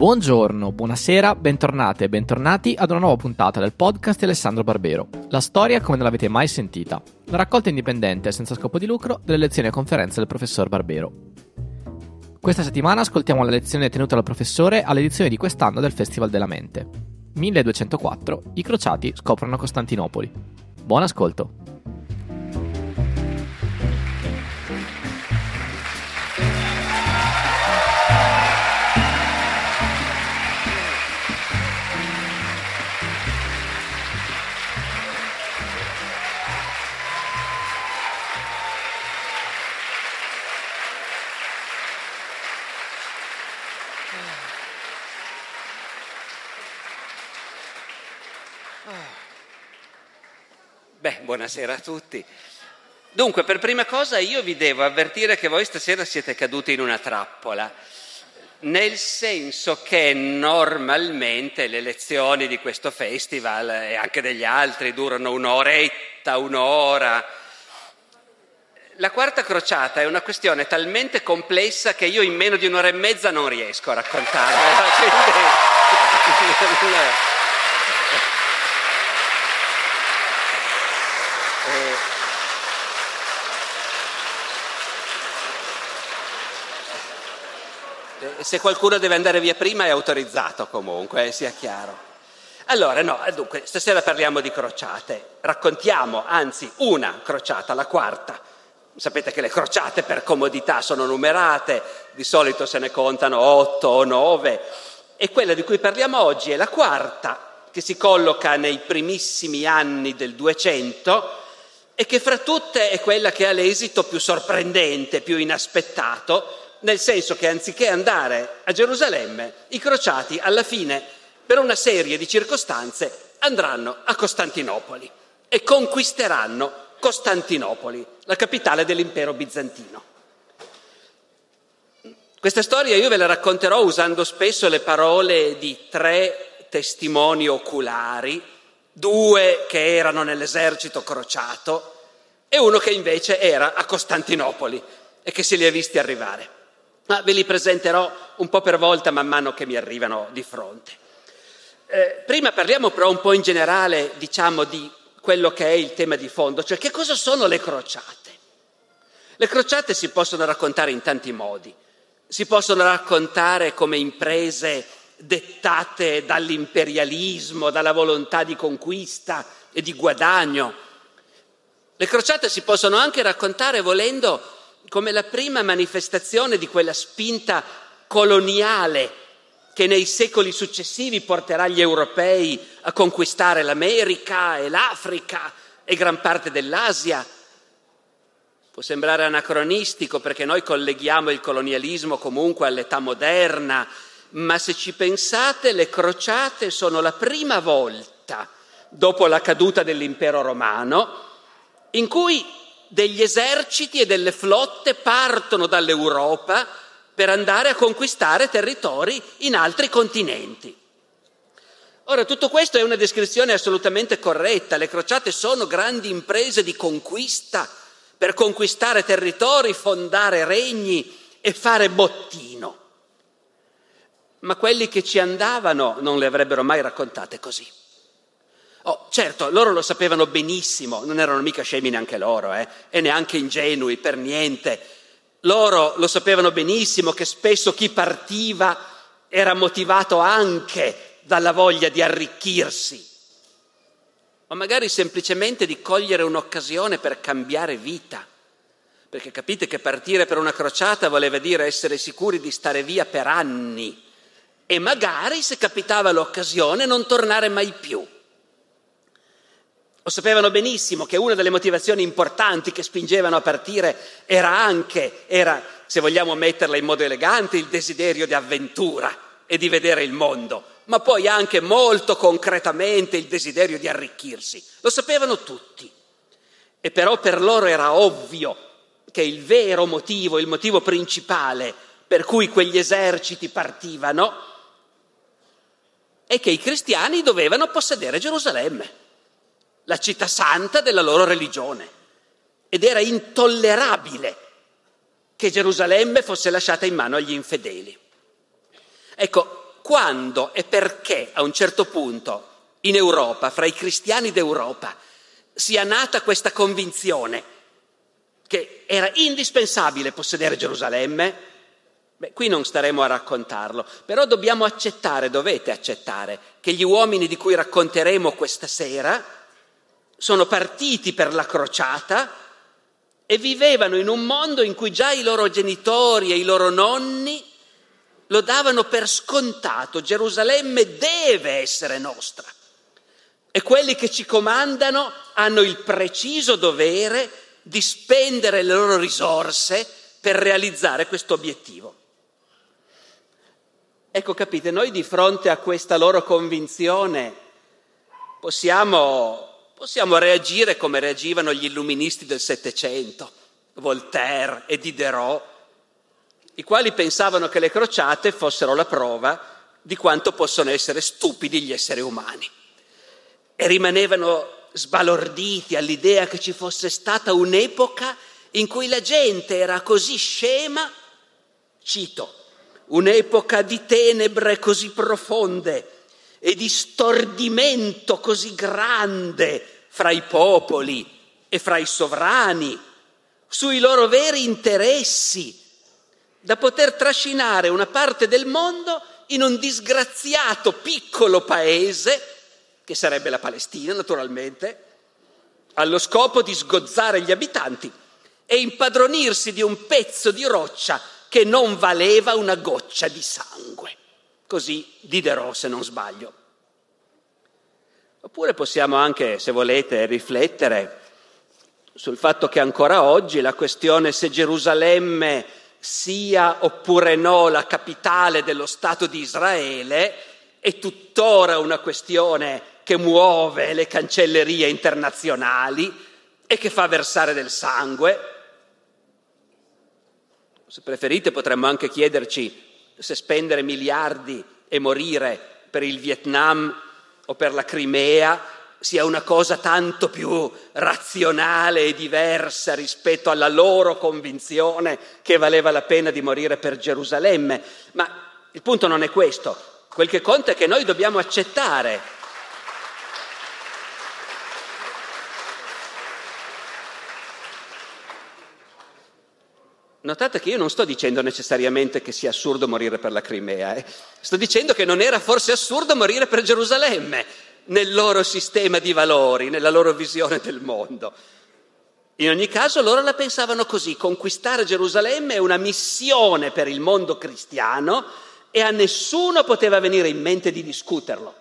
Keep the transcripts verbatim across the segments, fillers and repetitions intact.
Buongiorno, buonasera, bentornate e bentornati ad una nuova puntata del podcast di Alessandro Barbero. La storia come non l'avete mai sentita. La raccolta indipendente e senza scopo di lucro delle lezioni e conferenze del professor Barbero. Questa settimana ascoltiamo la lezione tenuta dal professore all'edizione di quest'anno del Festival della Mente. milleduecentoquattro. I crociati scoprono Costantinopoli. Buon ascolto! Beh, buonasera a tutti. Dunque, per prima cosa io vi devo avvertire che voi stasera siete caduti in una trappola, nel senso che normalmente le lezioni di questo festival e anche degli altri durano un'oretta, un'ora. La quarta crociata è una questione talmente complessa che io in meno di un'ora e mezza non riesco a raccontarla. Se qualcuno deve andare via prima è autorizzato comunque, eh, sia chiaro. Allora, no, dunque, stasera parliamo di crociate. Raccontiamo, anzi, una crociata, la quarta. Sapete che le crociate per comodità sono numerate, di solito se ne contano otto o nove. E quella di cui parliamo oggi è la quarta, che si colloca nei primissimi anni del duecento e che fra tutte è quella che ha l'esito più sorprendente, più inaspettato, nel senso che anziché andare a Gerusalemme, i crociati alla fine, per una serie di circostanze, andranno a Costantinopoli e conquisteranno Costantinopoli, la capitale dell'impero bizantino. Questa storia io ve la racconterò usando spesso le parole di tre testimoni oculari, due che erano nell'esercito crociato e uno che invece era a Costantinopoli e che se li ha visti arrivare. Ma ve li presenterò un po' per volta man mano che mi arrivano di fronte. Eh, prima parliamo però un po' in generale, diciamo, di quello che è il tema di fondo, cioè che cosa sono le crociate. Le crociate si possono raccontare in tanti modi. Si possono raccontare come imprese dettate dall'imperialismo, dalla volontà di conquista e di guadagno. Le crociate si possono anche raccontare, volendo, come la prima manifestazione di quella spinta coloniale che nei secoli successivi porterà gli europei a conquistare l'America e l'Africa e gran parte dell'Asia. Può sembrare anacronistico perché noi colleghiamo il colonialismo comunque all'età moderna, ma se ci pensate, le crociate sono la prima volta, dopo la caduta dell'impero romano, in cui degli eserciti e delle flotte partono dall'Europa per andare a conquistare territori in altri continenti. Ora, tutto questo è una descrizione assolutamente corretta. Le crociate sono grandi imprese di conquista per conquistare territori, fondare regni e fare bottino. Ma quelli che ci andavano non le avrebbero mai raccontate così. Oh, certo, loro lo sapevano benissimo, non erano mica scemi neanche loro, eh, e neanche ingenui, per niente. Loro lo sapevano benissimo che spesso chi partiva era motivato anche dalla voglia di arricchirsi, o magari semplicemente di cogliere un'occasione per cambiare vita. Perché capite che partire per una crociata voleva dire essere sicuri di stare via per anni e magari, se capitava l'occasione, non tornare mai più. Lo sapevano benissimo che una delle motivazioni importanti che spingevano a partire era anche, era, se vogliamo metterla in modo elegante, il desiderio di avventura e di vedere il mondo, ma poi anche molto concretamente il desiderio di arricchirsi. Lo sapevano tutti. E però per loro era ovvio che il vero motivo, il motivo principale per cui quegli eserciti partivano è che i cristiani dovevano possedere Gerusalemme, la città santa della loro religione, ed era intollerabile che Gerusalemme fosse lasciata in mano agli infedeli. Ecco, quando e perché a un certo punto in Europa, fra i cristiani d'Europa, sia nata questa convinzione che era indispensabile possedere Gerusalemme. Beh, qui non staremo a raccontarlo, però dobbiamo accettare, dovete accettare, che gli uomini di cui racconteremo questa sera sono partiti per la crociata e vivevano in un mondo in cui già i loro genitori e i loro nonni lo davano per scontato: Gerusalemme deve essere nostra. E quelli che ci comandano hanno il preciso dovere di spendere le loro risorse per realizzare questo obiettivo. Ecco, capite, noi di fronte a questa loro convinzione possiamo, possiamo reagire come reagivano gli illuministi del Settecento, Voltaire e Diderot, i quali pensavano che le crociate fossero la prova di quanto possono essere stupidi gli esseri umani. E rimanevano sbalorditi all'idea che ci fosse stata un'epoca in cui la gente era così scema, cito, un'epoca di tenebre così profonde e di stordimento così grande fra i popoli e fra i sovrani, sui loro veri interessi, da poter trascinare una parte del mondo in un disgraziato piccolo paese, che sarebbe la Palestina naturalmente, allo scopo di sgozzare gli abitanti e impadronirsi di un pezzo di roccia che non valeva una goccia di sangue. Così Diderot, se non sbaglio. Oppure possiamo anche, se volete, riflettere sul fatto che ancora oggi la questione se Gerusalemme sia oppure no la capitale dello Stato di Israele è tuttora una questione che muove le cancellerie internazionali e che fa versare del sangue. Se preferite potremmo anche chiederci se spendere miliardi e morire per il Vietnam o per la Crimea sia una cosa tanto più razionale e diversa rispetto alla loro convinzione che valeva la pena di morire per Gerusalemme. Ma il punto non è questo. Quel che conta è che noi dobbiamo accettare Notate che io non sto dicendo necessariamente che sia assurdo morire per la Crimea, eh. Sto dicendo che non era forse assurdo morire per Gerusalemme nel loro sistema di valori, nella loro visione del mondo. In ogni caso loro la pensavano così: conquistare Gerusalemme è una missione per il mondo cristiano e a nessuno poteva venire in mente di discuterlo.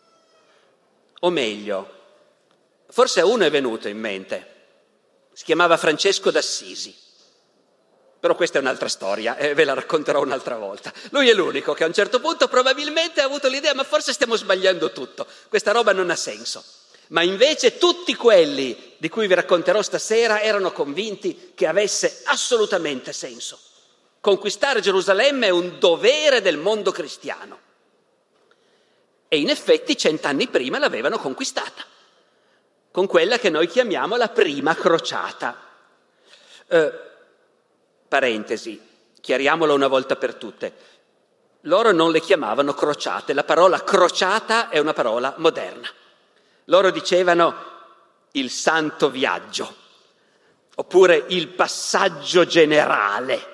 O meglio, forse a uno è venuto in mente, si chiamava Francesco d'Assisi. Però questa è un'altra storia e ve la racconterò un'altra volta. Lui è l'unico che a un certo punto probabilmente ha avuto l'idea: ma forse stiamo sbagliando tutto, questa roba non ha senso. Ma invece tutti quelli di cui vi racconterò stasera erano convinti che avesse assolutamente senso. Conquistare Gerusalemme è un dovere del mondo cristiano. E in effetti cent'anni prima l'avevano conquistata, con quella che noi chiamiamo la prima crociata. Eh, Parentesi, chiariamolo una volta per tutte. Loro non le chiamavano crociate, la parola crociata è una parola moderna. Loro dicevano il santo viaggio, oppure il passaggio generale.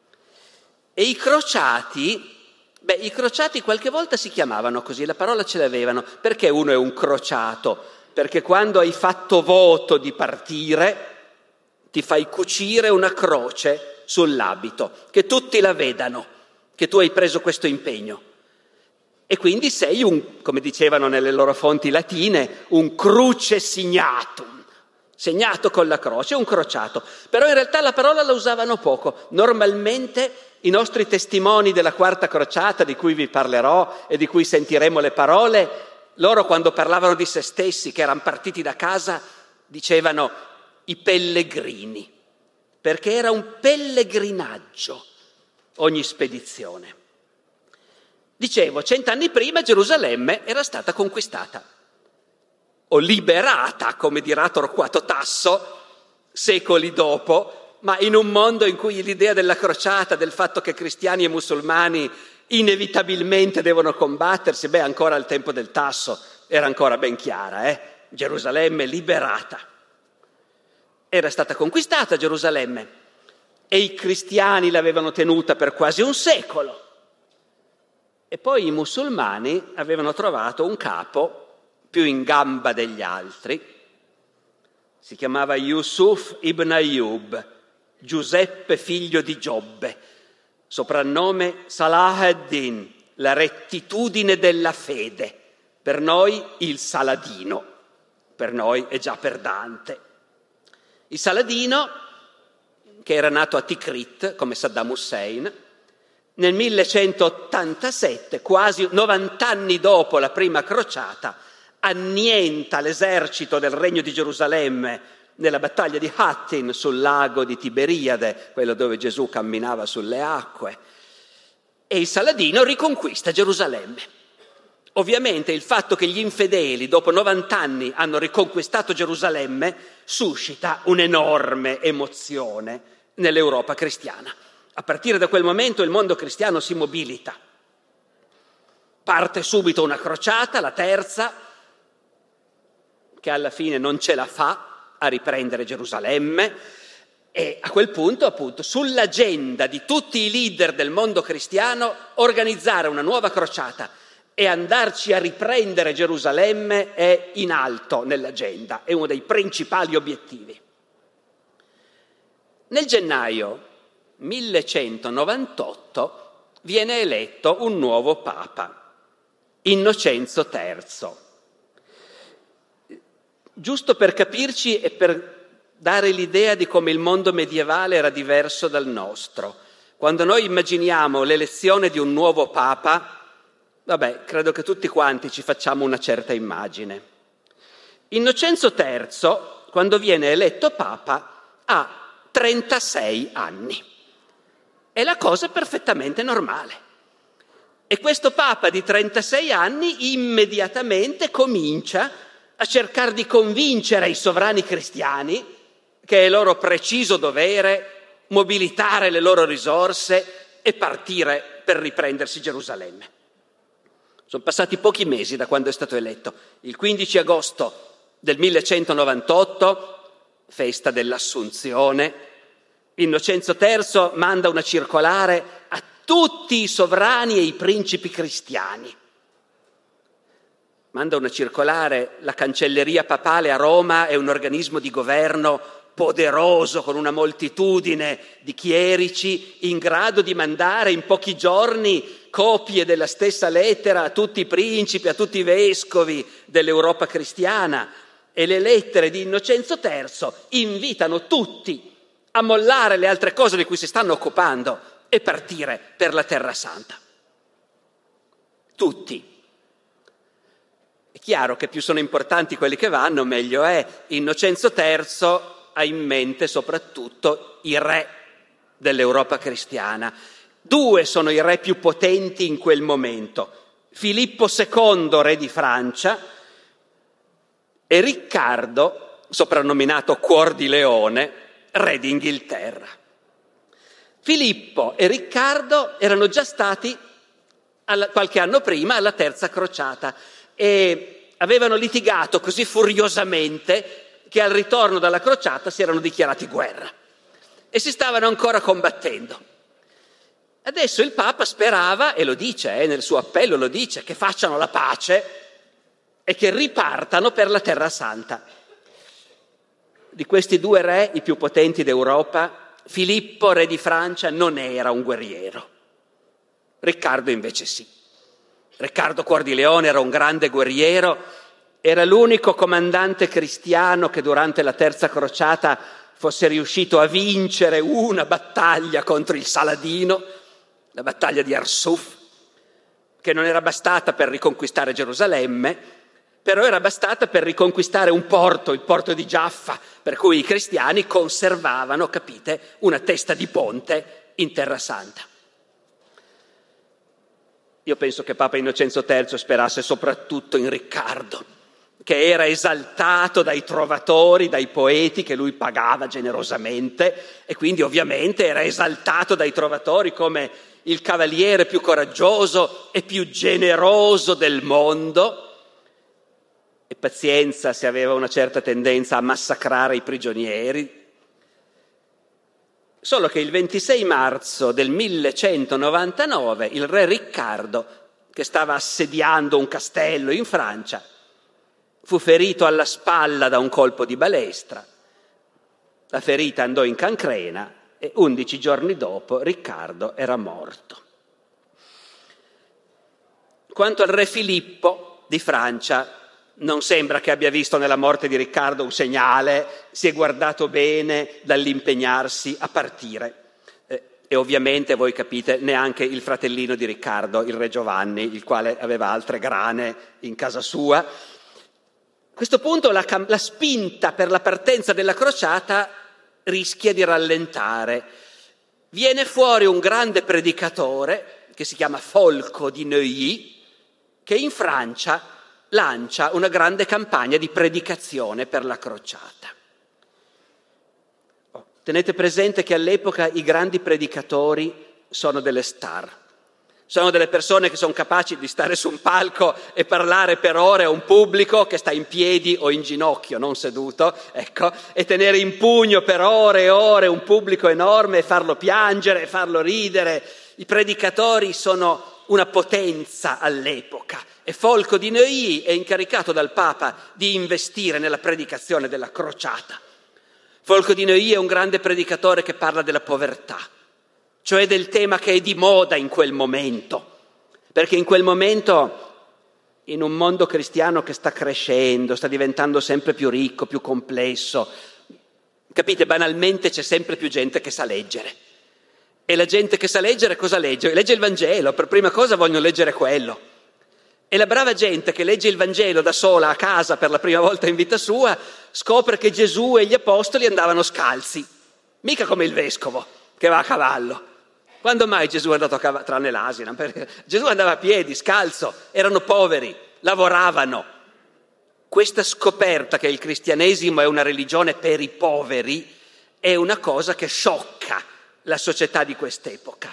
E i crociati, beh, i crociati qualche volta si chiamavano così, la parola ce l'avevano. Perché uno è un crociato? Perché quando hai fatto voto di partire, ti fai cucire una croce sull'abito, che tutti la vedano, che tu hai preso questo impegno. E quindi sei un, come dicevano nelle loro fonti latine, un cruce signatum, segnato con la croce, un crociato. Però in realtà la parola la usavano poco. Normalmente i nostri testimoni della quarta crociata, di cui vi parlerò e di cui sentiremo le parole, loro quando parlavano di se stessi, che erano partiti da casa, dicevano i pellegrini, perché era un pellegrinaggio ogni spedizione. Dicevo, cent'anni prima Gerusalemme era stata conquistata, o liberata, come dirà Torquato Tasso, secoli dopo, ma in un mondo in cui l'idea della crociata, del fatto che cristiani e musulmani inevitabilmente devono combattersi. Beh, ancora al tempo del Tasso era ancora ben chiara, eh? Gerusalemme liberata. Era stata conquistata Gerusalemme e i cristiani l'avevano tenuta per quasi un secolo. E poi i musulmani avevano trovato un capo più in gamba degli altri. Si chiamava Yusuf ibn Ayyub, Giuseppe figlio di Giobbe, soprannome Salah ad-Din, la rettitudine della fede. Per noi il Saladino, per noi è già per Dante. Il Saladino, che era nato a Tikrit come Saddam Hussein, nel millecentottantasette, quasi novant'anni dopo la prima crociata, annienta l'esercito del Regno di Gerusalemme nella battaglia di Hattin sul lago di Tiberiade, quello dove Gesù camminava sulle acque, e il Saladino riconquista Gerusalemme. Ovviamente il fatto che gli infedeli dopo novant'anni hanno riconquistato Gerusalemme suscita un'enorme emozione nell'Europa cristiana. A partire da quel momento il mondo cristiano si mobilita. Parte subito una crociata, la terza, che alla fine non ce la fa a riprendere Gerusalemme, e a quel punto, appunto, sull'agenda di tutti i leader del mondo cristiano organizzare una nuova crociata e andarci a riprendere Gerusalemme è in alto nell'agenda, è uno dei principali obiettivi. Nel gennaio millecentonovantotto viene eletto un nuovo papa, Innocenzo terzo. Giusto per capirci e per dare l'idea di come il mondo medievale era diverso dal nostro. Quando noi immaginiamo l'elezione di un nuovo papa, vabbè, credo che tutti quanti ci facciamo una certa immagine. Innocenzo terzo, quando viene eletto papa, ha trentasei anni. È la cosa perfettamente normale. E questo papa di trentasei anni immediatamente comincia a cercare di convincere i sovrani cristiani che è loro preciso dovere mobilitare le loro risorse e partire per riprendersi Gerusalemme. Sono passati pochi mesi da quando è stato eletto. Il quindici agosto del millecentonovantotto, festa dell'Assunzione, Innocenzo terzo manda una circolare a tutti i sovrani e i principi cristiani. Manda una circolare, la cancelleria papale a Roma è un organismo di governo poderoso, con una moltitudine di chierici in grado di mandare in pochi giorni copie della stessa lettera a tutti i principi, a tutti i vescovi dell'Europa cristiana, e le lettere di Innocenzo terzo invitano tutti a mollare le altre cose di cui si stanno occupando e partire per la Terra Santa. Tutti. È chiaro che più sono importanti quelli che vanno, meglio è. Innocenzo terzo ha in mente soprattutto i re dell'Europa cristiana. Due sono i re più potenti in quel momento: Filippo secondo, re di Francia, e Riccardo, soprannominato Cuor di Leone, re d'Inghilterra. Filippo e Riccardo erano già stati alla, qualche anno prima alla terza crociata e avevano litigato così furiosamente che al ritorno dalla crociata si erano dichiarati guerra e si stavano ancora combattendo. Adesso il Papa sperava, e lo dice, eh, nel suo appello lo dice, che facciano la pace e che ripartano per la Terra Santa. Di questi due re, i più potenti d'Europa, Filippo, re di Francia, non era un guerriero. Riccardo invece sì. Riccardo Cuor di Leone era un grande guerriero, era l'unico comandante cristiano che durante la terza crociata fosse riuscito a vincere una battaglia contro il Saladino, la battaglia di Arsuf, che non era bastata per riconquistare Gerusalemme, però era bastata per riconquistare un porto, il porto di Giaffa, per cui i cristiani conservavano, capite, una testa di ponte in Terra Santa. Io penso che Papa Innocenzo terzo sperasse soprattutto in Riccardo, che era esaltato dai trovatori, dai poeti che lui pagava generosamente, e quindi ovviamente era esaltato dai trovatori come il cavaliere più coraggioso e più generoso del mondo. E pazienza se aveva una certa tendenza a massacrare i prigionieri. Solo che il ventisei marzo del millecentonovantanove il re Riccardo, che stava assediando un castello in Francia, fu ferito alla spalla da un colpo di balestra. La ferita andò in cancrena e undici giorni dopo Riccardo era morto. Quanto al re Filippo di Francia, non sembra che abbia visto nella morte di Riccardo un segnale, si è guardato bene dall'impegnarsi a partire. Eh, e ovviamente, voi capite, neanche il fratellino di Riccardo, il re Giovanni, il quale aveva altre grane in casa sua. A questo punto la, la spinta per la partenza della crociata rischia di rallentare. Viene fuori un grande predicatore che si chiama Folco di Neuilly, che in Francia lancia una grande campagna di predicazione per la crociata. Oh, tenete presente che all'epoca i grandi predicatori sono delle star, sono delle persone che sono capaci di stare su un palco e parlare per ore a un pubblico che sta in piedi o in ginocchio, non seduto, ecco, e tenere in pugno per ore e ore un pubblico enorme e farlo piangere e farlo ridere. I predicatori sono una potenza all'epoca e Folco di Neuilly è incaricato dal Papa di investire nella predicazione della crociata. Folco di Neuilly è un grande predicatore che parla della povertà, cioè del tema che è di moda in quel momento, perché in quel momento, in un mondo cristiano che sta crescendo, sta diventando sempre più ricco, più complesso, capite, banalmente c'è sempre più gente che sa leggere. E la gente che sa leggere cosa legge? Legge il Vangelo, per prima cosa vogliono leggere quello. E la brava gente che legge il Vangelo da sola a casa per la prima volta in vita sua scopre che Gesù e gli apostoli andavano scalzi, mica come il vescovo che va a cavallo. Quando mai Gesù è andato a cavallo? Tranne l'asina. Perché Gesù andava a piedi, scalzo, erano poveri, lavoravano. Questa scoperta che il cristianesimo è una religione per i poveri è una cosa che sciocca la società di quest'epoca.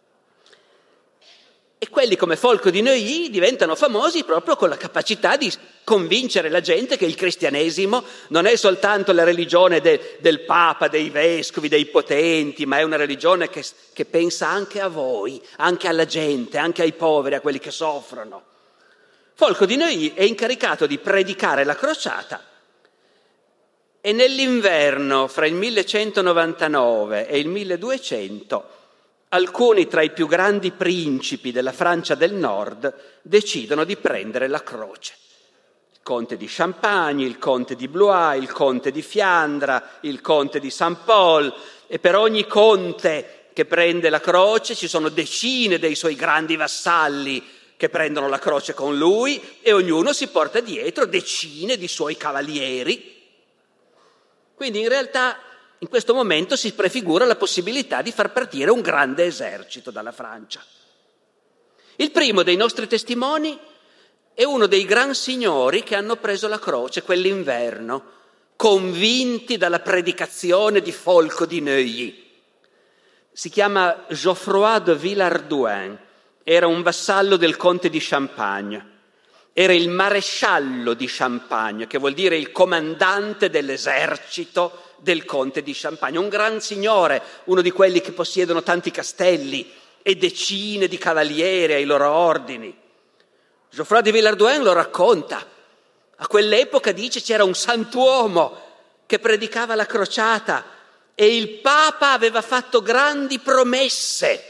E quelli come Folco di Neuilly diventano famosi proprio con la capacità di convincere la gente che il cristianesimo non è soltanto la religione de, del Papa, dei vescovi, dei potenti, ma è una religione che, che pensa anche a voi, anche alla gente, anche ai poveri, a quelli che soffrono. Folco di Neuilly è incaricato di predicare la crociata e nell'inverno fra il millecentonovantanove e il milleduecento alcuni tra i più grandi principi della Francia del Nord decidono di prendere la croce. Il conte di Champagne, il conte di Blois, il conte di Fiandra, il conte di Saint-Paul, e per ogni conte che prende la croce ci sono decine dei suoi grandi vassalli che prendono la croce con lui e ognuno si porta dietro decine di suoi cavalieri. Quindi in realtà in questo momento si prefigura la possibilità di far partire un grande esercito dalla Francia. Il primo dei nostri testimoni è uno dei gran signori che hanno preso la croce quell'inverno, convinti dalla predicazione di Folco di Neuilly. Si chiama Geoffroy de Villehardouin, era un vassallo del conte di Champagne. Era il maresciallo di Champagne, che vuol dire il comandante dell'esercito del conte di Champagne, un gran signore, uno di quelli che possiedono tanti castelli e decine di cavalieri ai loro ordini. Geoffroy de Villehardouin lo racconta. A quell'epoca, dice, c'era un santuomo che predicava la crociata e il Papa aveva fatto grandi promesse.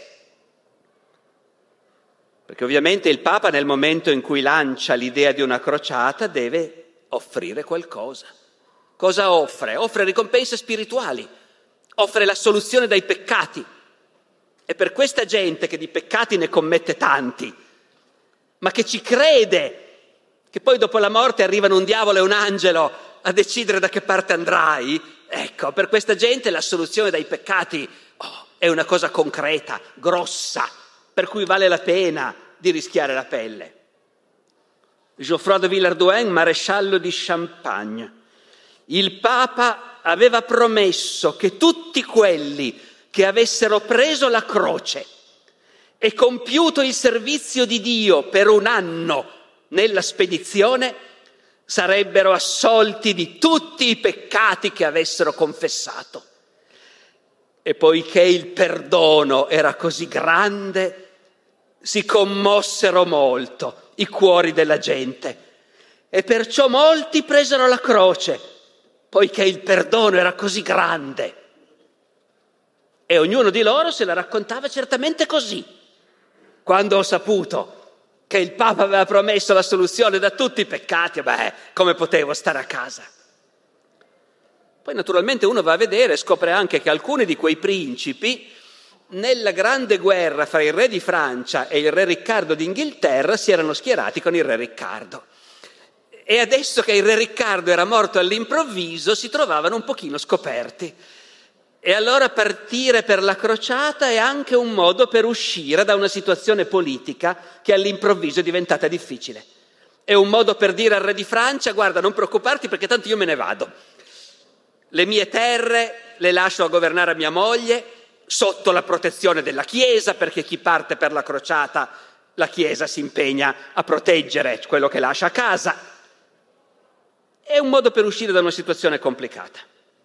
Perché ovviamente il Papa nel momento in cui lancia l'idea di una crociata deve offrire qualcosa. Cosa offre? Offre ricompense spirituali, offre la soluzione dai peccati. E per questa gente che di peccati ne commette tanti, ma che ci crede, che poi dopo la morte arrivano un diavolo e un angelo a decidere da che parte andrai, ecco, per questa gente la soluzione dai peccati oh, è una cosa concreta, grossa, per cui vale la pena di rischiare la pelle. Geoffroy de Villehardouin, maresciallo di Champagne. Il Papa aveva promesso che tutti quelli che avessero preso la croce e compiuto il servizio di Dio per un anno nella spedizione sarebbero assolti di tutti i peccati che avessero confessato. E poiché il perdono era così grande, si commossero molto i cuori della gente e perciò molti presero la croce, poiché il perdono era così grande. E ognuno di loro se la raccontava certamente così. Quando ho saputo che il Papa aveva promesso la soluzione da tutti i peccati, beh, come potevo stare a casa? Poi naturalmente uno va a vedere e scopre anche che alcuni di quei principi, nella grande guerra fra il re di Francia e il re Riccardo d'Inghilterra, si erano schierati con il re Riccardo. E adesso che il re Riccardo era morto all'improvviso, si trovavano un pochino scoperti. E allora partire per la crociata è anche un modo per uscire da una situazione politica che all'improvviso è diventata difficile. È un modo per dire al re di Francia: guarda, non preoccuparti perché tanto io me ne vado. Le mie terre le lascio a governare a mia moglie, sotto la protezione della Chiesa, perché chi parte per la crociata, la Chiesa si impegna a proteggere quello che lascia a casa. È un modo per uscire da una situazione complicata.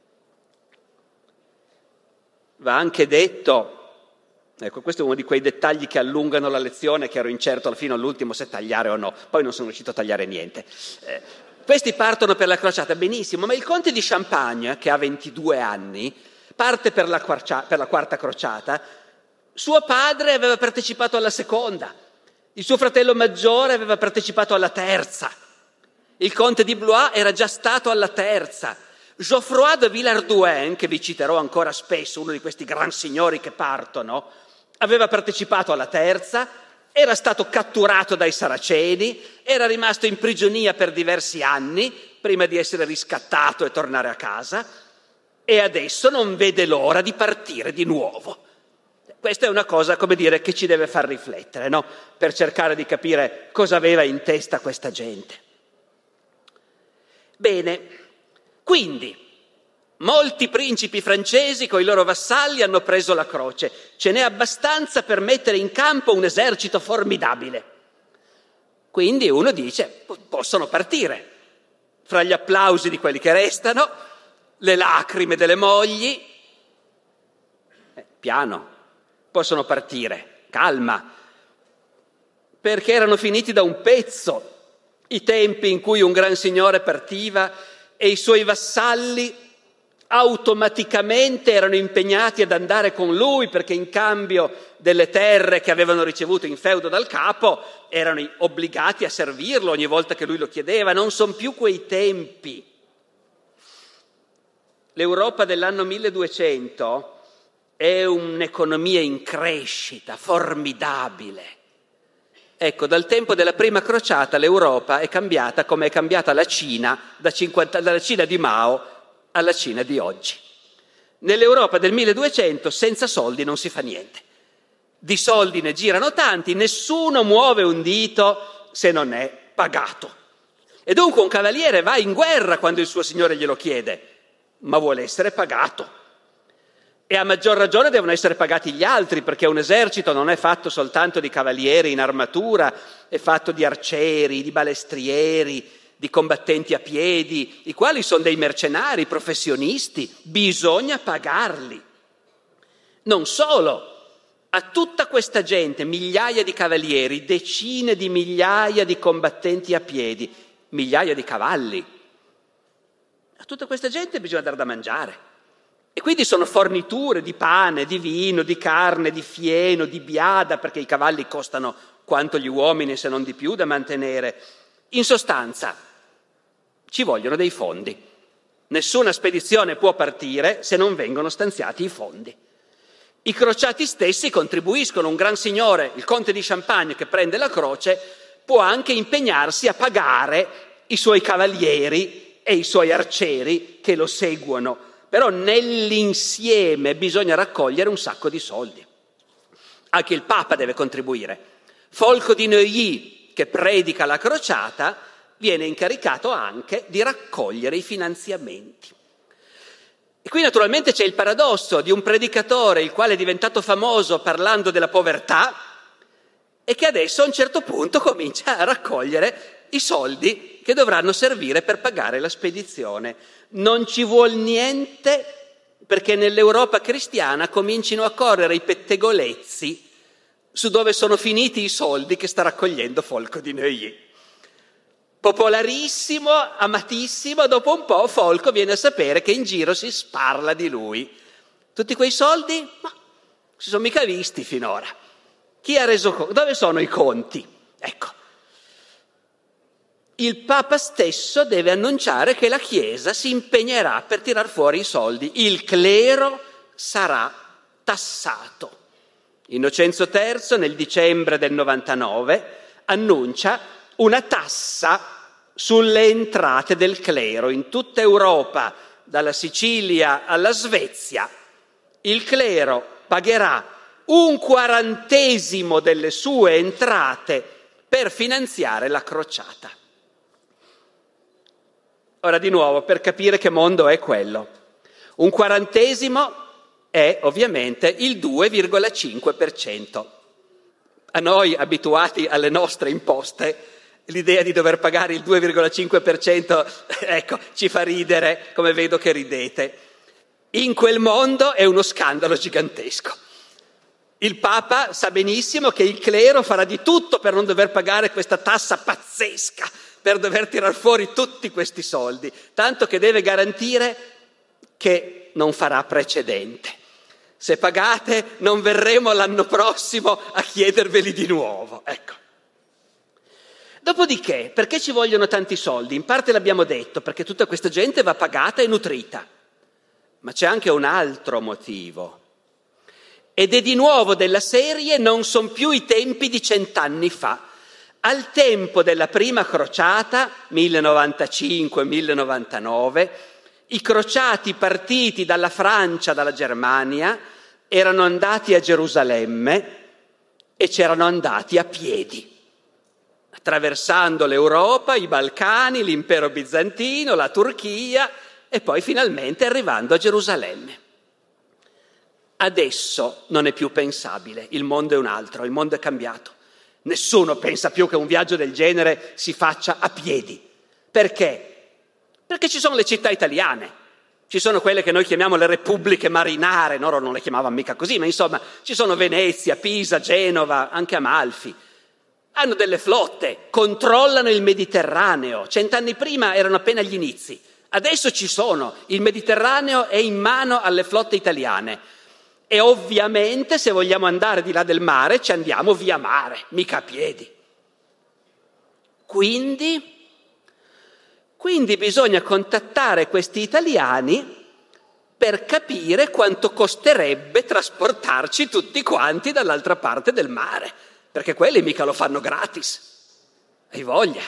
Va anche detto, ecco, questo è uno di quei dettagli che allungano la lezione, che ero incerto fino all'ultimo se tagliare o no, poi non sono riuscito a tagliare niente. Eh, questi partono per la crociata, benissimo, ma il conte di Champagne, che ha ventidue anni, parte per la, quarcia, per la quarta crociata. Suo padre aveva partecipato alla seconda, il suo fratello maggiore aveva partecipato alla terza, il conte di Blois era già stato alla terza. Geoffroy de Villehardouin, che vi citerò ancora spesso, uno di questi gran signori che partono, aveva partecipato alla terza, era stato catturato dai saraceni, era rimasto in prigionia per diversi anni prima di essere riscattato e tornare a casa, e adesso non vede l'ora di partire di nuovo. Questa è una cosa, come dire, che ci deve far riflettere, no? Per cercare di capire cosa aveva in testa questa gente. Bene. Quindi, molti principi francesi con i loro vassalli hanno preso la croce. Ce n'è abbastanza per mettere in campo un esercito formidabile. Quindi uno dice, possono partire. Fra gli applausi di quelli che restano, le lacrime delle mogli, eh, piano, possono partire, calma, perché erano finiti da un pezzo i tempi in cui un gran signore partiva e i suoi vassalli automaticamente erano impegnati ad andare con lui, perché in cambio delle terre che avevano ricevuto in feudo dal capo erano obbligati a servirlo ogni volta che lui lo chiedeva. Non sono più quei tempi. L'Europa dell'anno milleduecento è un'economia in crescita, formidabile. Ecco, dal tempo della prima crociata l'Europa è cambiata come è cambiata la Cina, da cinquanta, dalla Cina di Mao alla Cina di oggi. Nell'Europa del milleduecento senza soldi non si fa niente. Di soldi ne girano tanti, nessuno muove un dito se non è pagato. E dunque un cavaliere va in guerra quando il suo signore glielo chiede, ma vuole essere pagato. E a maggior ragione devono essere pagati gli altri, perché un esercito non è fatto soltanto di cavalieri in armatura, è fatto di arcieri, di balestrieri, di combattenti a piedi, i quali sono dei mercenari, professionisti, bisogna pagarli. Non solo, a tutta questa gente, migliaia di cavalieri, decine di migliaia di combattenti a piedi, migliaia di cavalli, a tutta questa gente bisogna dar da mangiare. E quindi sono forniture di pane, di vino, di carne, di fieno, di biada, perché i cavalli costano quanto gli uomini, se non di più, da mantenere. In sostanza, ci vogliono dei fondi. Nessuna spedizione può partire se non vengono stanziati i fondi. I crociati stessi contribuiscono. Un gran signore, il conte di Champagne, che prende la croce, può anche impegnarsi a pagare i suoi cavalieri e i suoi arcieri che lo seguono. Però nell'insieme bisogna raccogliere un sacco di soldi. Anche il Papa deve contribuire. Folco di Neuilly, che che predica la crociata, viene incaricato anche di raccogliere i finanziamenti. E qui naturalmente c'è il paradosso di un predicatore il quale è diventato famoso parlando della povertà e che adesso a un certo punto comincia a raccogliere i soldi che dovranno servire per pagare la spedizione. Non ci vuol niente perché nell'Europa cristiana comincino a correre i pettegolezzi su dove sono finiti i soldi che sta raccogliendo Folco di Neuilly. Popolarissimo, amatissimo, dopo un po' Folco viene a sapere che in giro si sparla di lui. Tutti quei soldi? Ma non si sono mica visti finora. Chi ha reso conto? Dove sono i conti? Ecco. Il Papa stesso deve annunciare che la Chiesa si impegnerà per tirar fuori i soldi. Il clero sarà tassato. Innocenzo terzo, nel dicembre del novantanove, annuncia una tassa sulle entrate del clero. In tutta Europa, dalla Sicilia alla Svezia, il clero pagherà un quarantesimo delle sue entrate per finanziare la crociata. Ora di nuovo, per capire che mondo è quello, un quarantesimo è ovviamente il due virgola cinque per cento. A noi, abituati alle nostre imposte, l'idea di dover pagare il due virgola cinque per cento, ecco, ci fa ridere, come vedo che ridete. In quel mondo è uno scandalo gigantesco. Il Papa sa benissimo che il clero farà di tutto per non dover pagare questa tassa pazzesca, per dover tirar fuori tutti questi soldi, tanto che deve garantire che non farà precedente. Se pagate non verremo l'anno prossimo a chiederveli di nuovo, ecco. Dopodiché, perché ci vogliono tanti soldi? In parte l'abbiamo detto, perché tutta questa gente va pagata e nutrita. Ma c'è anche un altro motivo. Ed è di nuovo della serie non sono più i tempi di cent'anni fa. Al tempo della prima crociata, millenovantacinque millenovanttanove, i crociati partiti dalla Francia, dalla Germania, erano andati a Gerusalemme e c'erano andati a piedi, attraversando l'Europa, i Balcani, l'impero bizantino, la Turchia e poi finalmente arrivando a Gerusalemme. Adesso non è più pensabile, il mondo è un altro, il mondo è cambiato. Nessuno pensa più che un viaggio del genere si faccia a piedi. Perché? Perché ci sono le città italiane, ci sono quelle che noi chiamiamo le repubbliche marinare, loro non le chiamavano mica così, ma insomma ci sono Venezia, Pisa, Genova, anche Amalfi. Hanno delle flotte, controllano il Mediterraneo. Cent'anni prima erano appena gli inizi, adesso ci sono, il Mediterraneo è in mano alle flotte italiane. E ovviamente se vogliamo andare di là del mare ci andiamo via mare, mica a piedi. Quindi... Quindi bisogna contattare questi italiani per capire quanto costerebbe trasportarci tutti quanti dall'altra parte del mare, perché quelli mica lo fanno gratis. Hai voglia.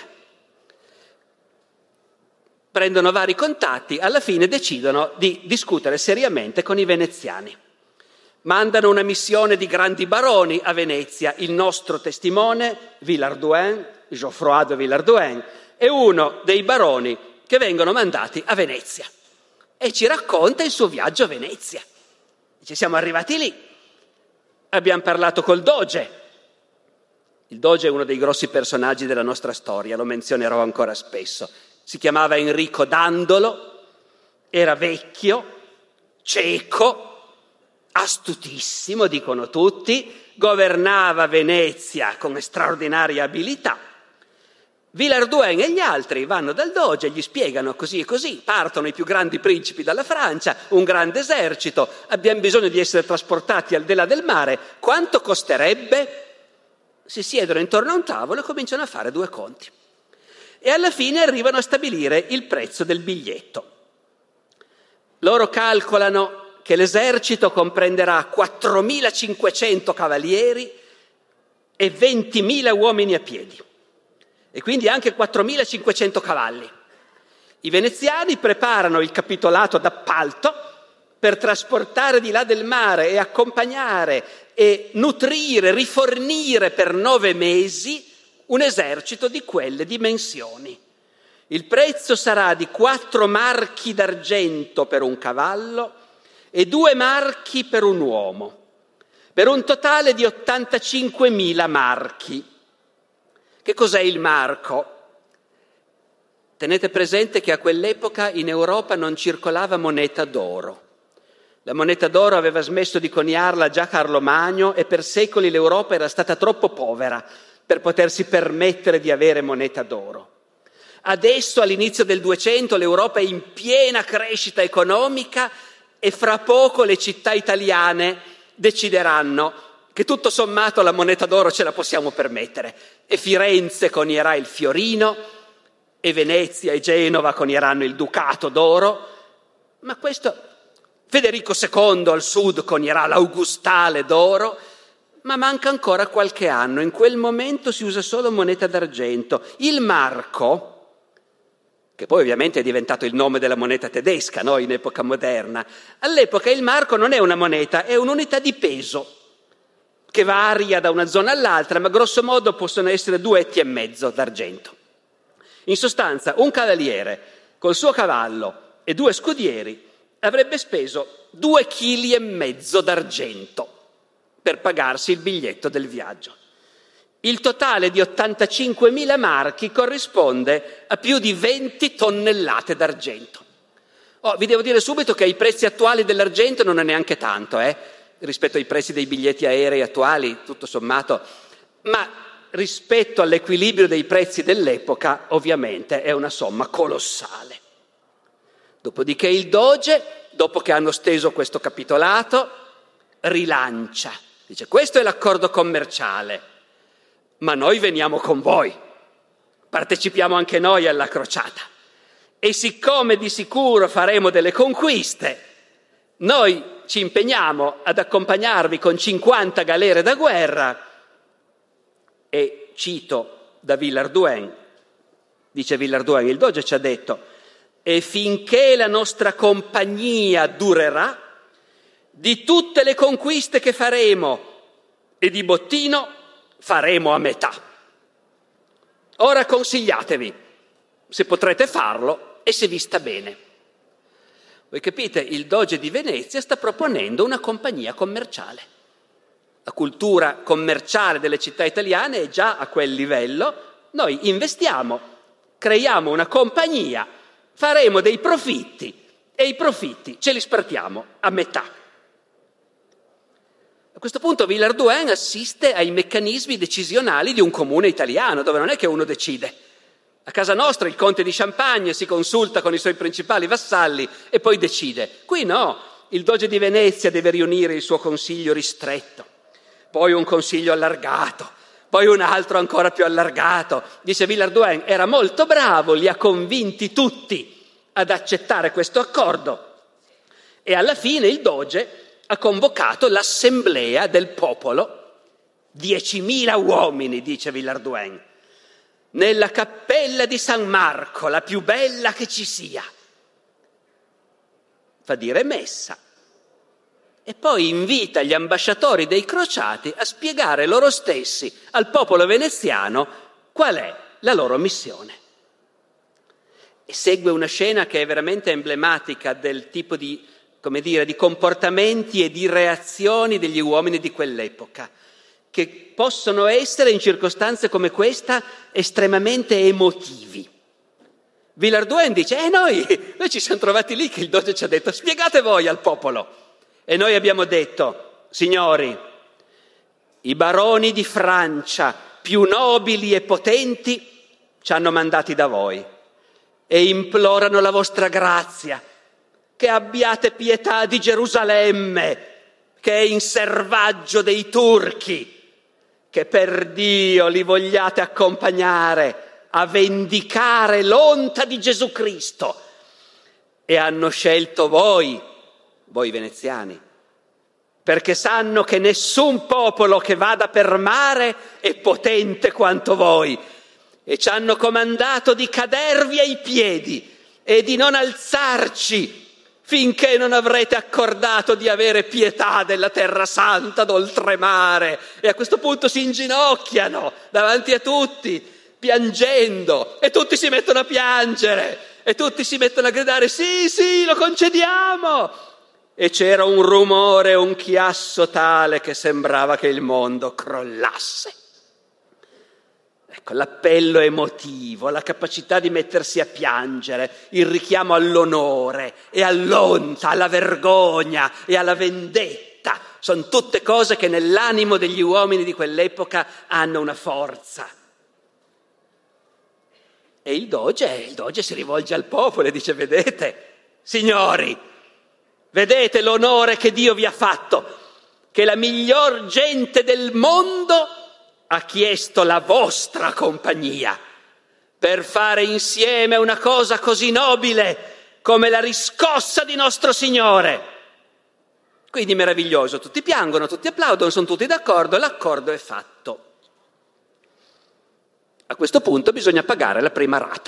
Prendono vari contatti, alla fine decidono di discutere seriamente con i veneziani. Mandano una missione di grandi baroni a Venezia. Il nostro testimone, Villehardouin, Geoffroy de Villehardouin, è uno dei baroni che vengono mandati a Venezia e ci racconta il suo viaggio a Venezia. Dice, siamo arrivati lì, abbiamo parlato col Doge. Il Doge è uno dei grossi personaggi della nostra storia, lo menzionerò ancora spesso. Si chiamava Enrico Dandolo, era vecchio, cieco, astutissimo, dicono tutti, governava Venezia con straordinaria abilità. Villehardouin e gli altri vanno dal Doge, gli spiegano così e così, partono i più grandi principi dalla Francia, un grande esercito, abbiamo bisogno di essere trasportati al di là del mare, quanto costerebbe? Si siedono intorno a un tavolo e cominciano a fare due conti. E alla fine arrivano a stabilire il prezzo del biglietto. Loro calcolano che l'esercito comprenderà quattromilacinquecento cavalieri e ventimila uomini a piedi. E quindi anche quattromilacinquecento cavalli. I veneziani preparano il capitolato d'appalto per trasportare di là del mare e accompagnare e nutrire, rifornire per nove mesi un esercito di quelle dimensioni. Il prezzo sarà di quattro marchi d'argento per un cavallo e due marchi per un uomo, per un totale di ottantacinquemila marchi. Che cos'è il marco? Tenete presente che a quell'epoca in Europa non circolava moneta d'oro. La moneta d'oro aveva smesso di coniarla già Carlo Magno e per secoli l'Europa era stata troppo povera per potersi permettere di avere moneta d'oro. Adesso, all'inizio del Duecento, l'Europa è in piena crescita economica e fra poco le città italiane decideranno che tutto sommato la moneta d'oro ce la possiamo permettere e Firenze conierà il fiorino e Venezia e Genova conieranno il ducato d'oro, ma questo Federico secondo al sud conierà l'augustale d'oro, ma manca ancora qualche anno. In quel momento si usa solo moneta d'argento. Il marco, che poi ovviamente è diventato il nome della moneta tedesca, no? In epoca moderna. All'epoca il marco non è una moneta, è un'unità di peso che varia da una zona all'altra, ma grosso modo possono essere due etti e mezzo d'argento. In sostanza, un cavaliere col suo cavallo e due scudieri avrebbe speso due chili e mezzo d'argento per pagarsi il biglietto del viaggio. Il totale di ottantacinquemila marchi corrisponde a più di venti tonnellate d'argento. Oh, vi devo dire subito che ai prezzi attuali dell'argento non è neanche tanto, eh, rispetto ai prezzi dei biglietti aerei attuali, tutto sommato, ma rispetto all'equilibrio dei prezzi dell'epoca, ovviamente è una somma colossale. Dopodiché il Doge, dopo che hanno steso questo capitolato, rilancia. Dice, questo è l'accordo commerciale. Ma noi veniamo con voi, partecipiamo anche noi alla crociata e siccome di sicuro faremo delle conquiste, noi ci impegniamo ad accompagnarvi con cinquanta galere da guerra e cito da Villehardouin, dice Villehardouin, il Doge ci ha detto, e finché la nostra compagnia durerà, di tutte le conquiste che faremo e di bottino faremo a metà. Ora consigliatevi se potrete farlo e se vi sta bene. Voi capite, il Doge di Venezia sta proponendo una compagnia commerciale. La cultura commerciale delle città italiane è già a quel livello. Noi investiamo, creiamo una compagnia, faremo dei profitti e i profitti ce li spartiamo a metà. A questo punto Villehardouin assiste ai meccanismi decisionali di un comune italiano, dove non è che uno decide. A casa nostra il conte di Champagne si consulta con i suoi principali vassalli e poi decide. Qui no, il Doge di Venezia deve riunire il suo consiglio ristretto, poi un consiglio allargato, poi un altro ancora più allargato. Dice Villehardouin, era molto bravo, li ha convinti tutti ad accettare questo accordo. E alla fine il Doge ha convocato l'assemblea del popolo, diecimila uomini, dice Villehardouin, nella cappella di San Marco, la più bella che ci sia. Fa dire messa e poi invita gli ambasciatori dei crociati a spiegare loro stessi al popolo veneziano qual è la loro missione. E segue una scena che è veramente emblematica del tipo di come dire, di comportamenti e di reazioni degli uomini di quell'epoca, che possono essere in circostanze come questa estremamente emotivi. Villehardouin dice, eh noi, noi ci siamo trovati lì che il Doge ci ha detto, spiegate voi al popolo. E noi abbiamo detto, signori, i baroni di Francia più nobili e potenti ci hanno mandati da voi e implorano la vostra grazia, che abbiate pietà di Gerusalemme, che è in servaggio dei turchi, che per Dio li vogliate accompagnare a vendicare l'onta di Gesù Cristo. E hanno scelto voi, voi veneziani, perché sanno che nessun popolo che vada per mare è potente quanto voi, e ci hanno comandato di cadervi ai piedi e di non alzarci finché non avrete accordato di avere pietà della terra santa d'oltremare. E a questo punto si inginocchiano davanti a tutti, piangendo, e tutti si mettono a piangere, e tutti si mettono a gridare: sì, sì, lo concediamo! E c'era un rumore, un chiasso tale che sembrava che il mondo crollasse. Ecco, l'appello emotivo, la capacità di mettersi a piangere, il richiamo all'onore e all'onta, alla vergogna e alla vendetta, sono tutte cose che nell'animo degli uomini di quell'epoca hanno una forza. E il doge, il doge si rivolge al popolo e dice: vedete, signori, vedete l'onore che Dio vi ha fatto, che la miglior gente del mondo ha chiesto la vostra compagnia per fare insieme una cosa così nobile come la riscossa di nostro Signore. Quindi meraviglioso, tutti piangono, tutti applaudono, sono tutti d'accordo, l'accordo è fatto. A questo punto bisogna pagare la prima rata.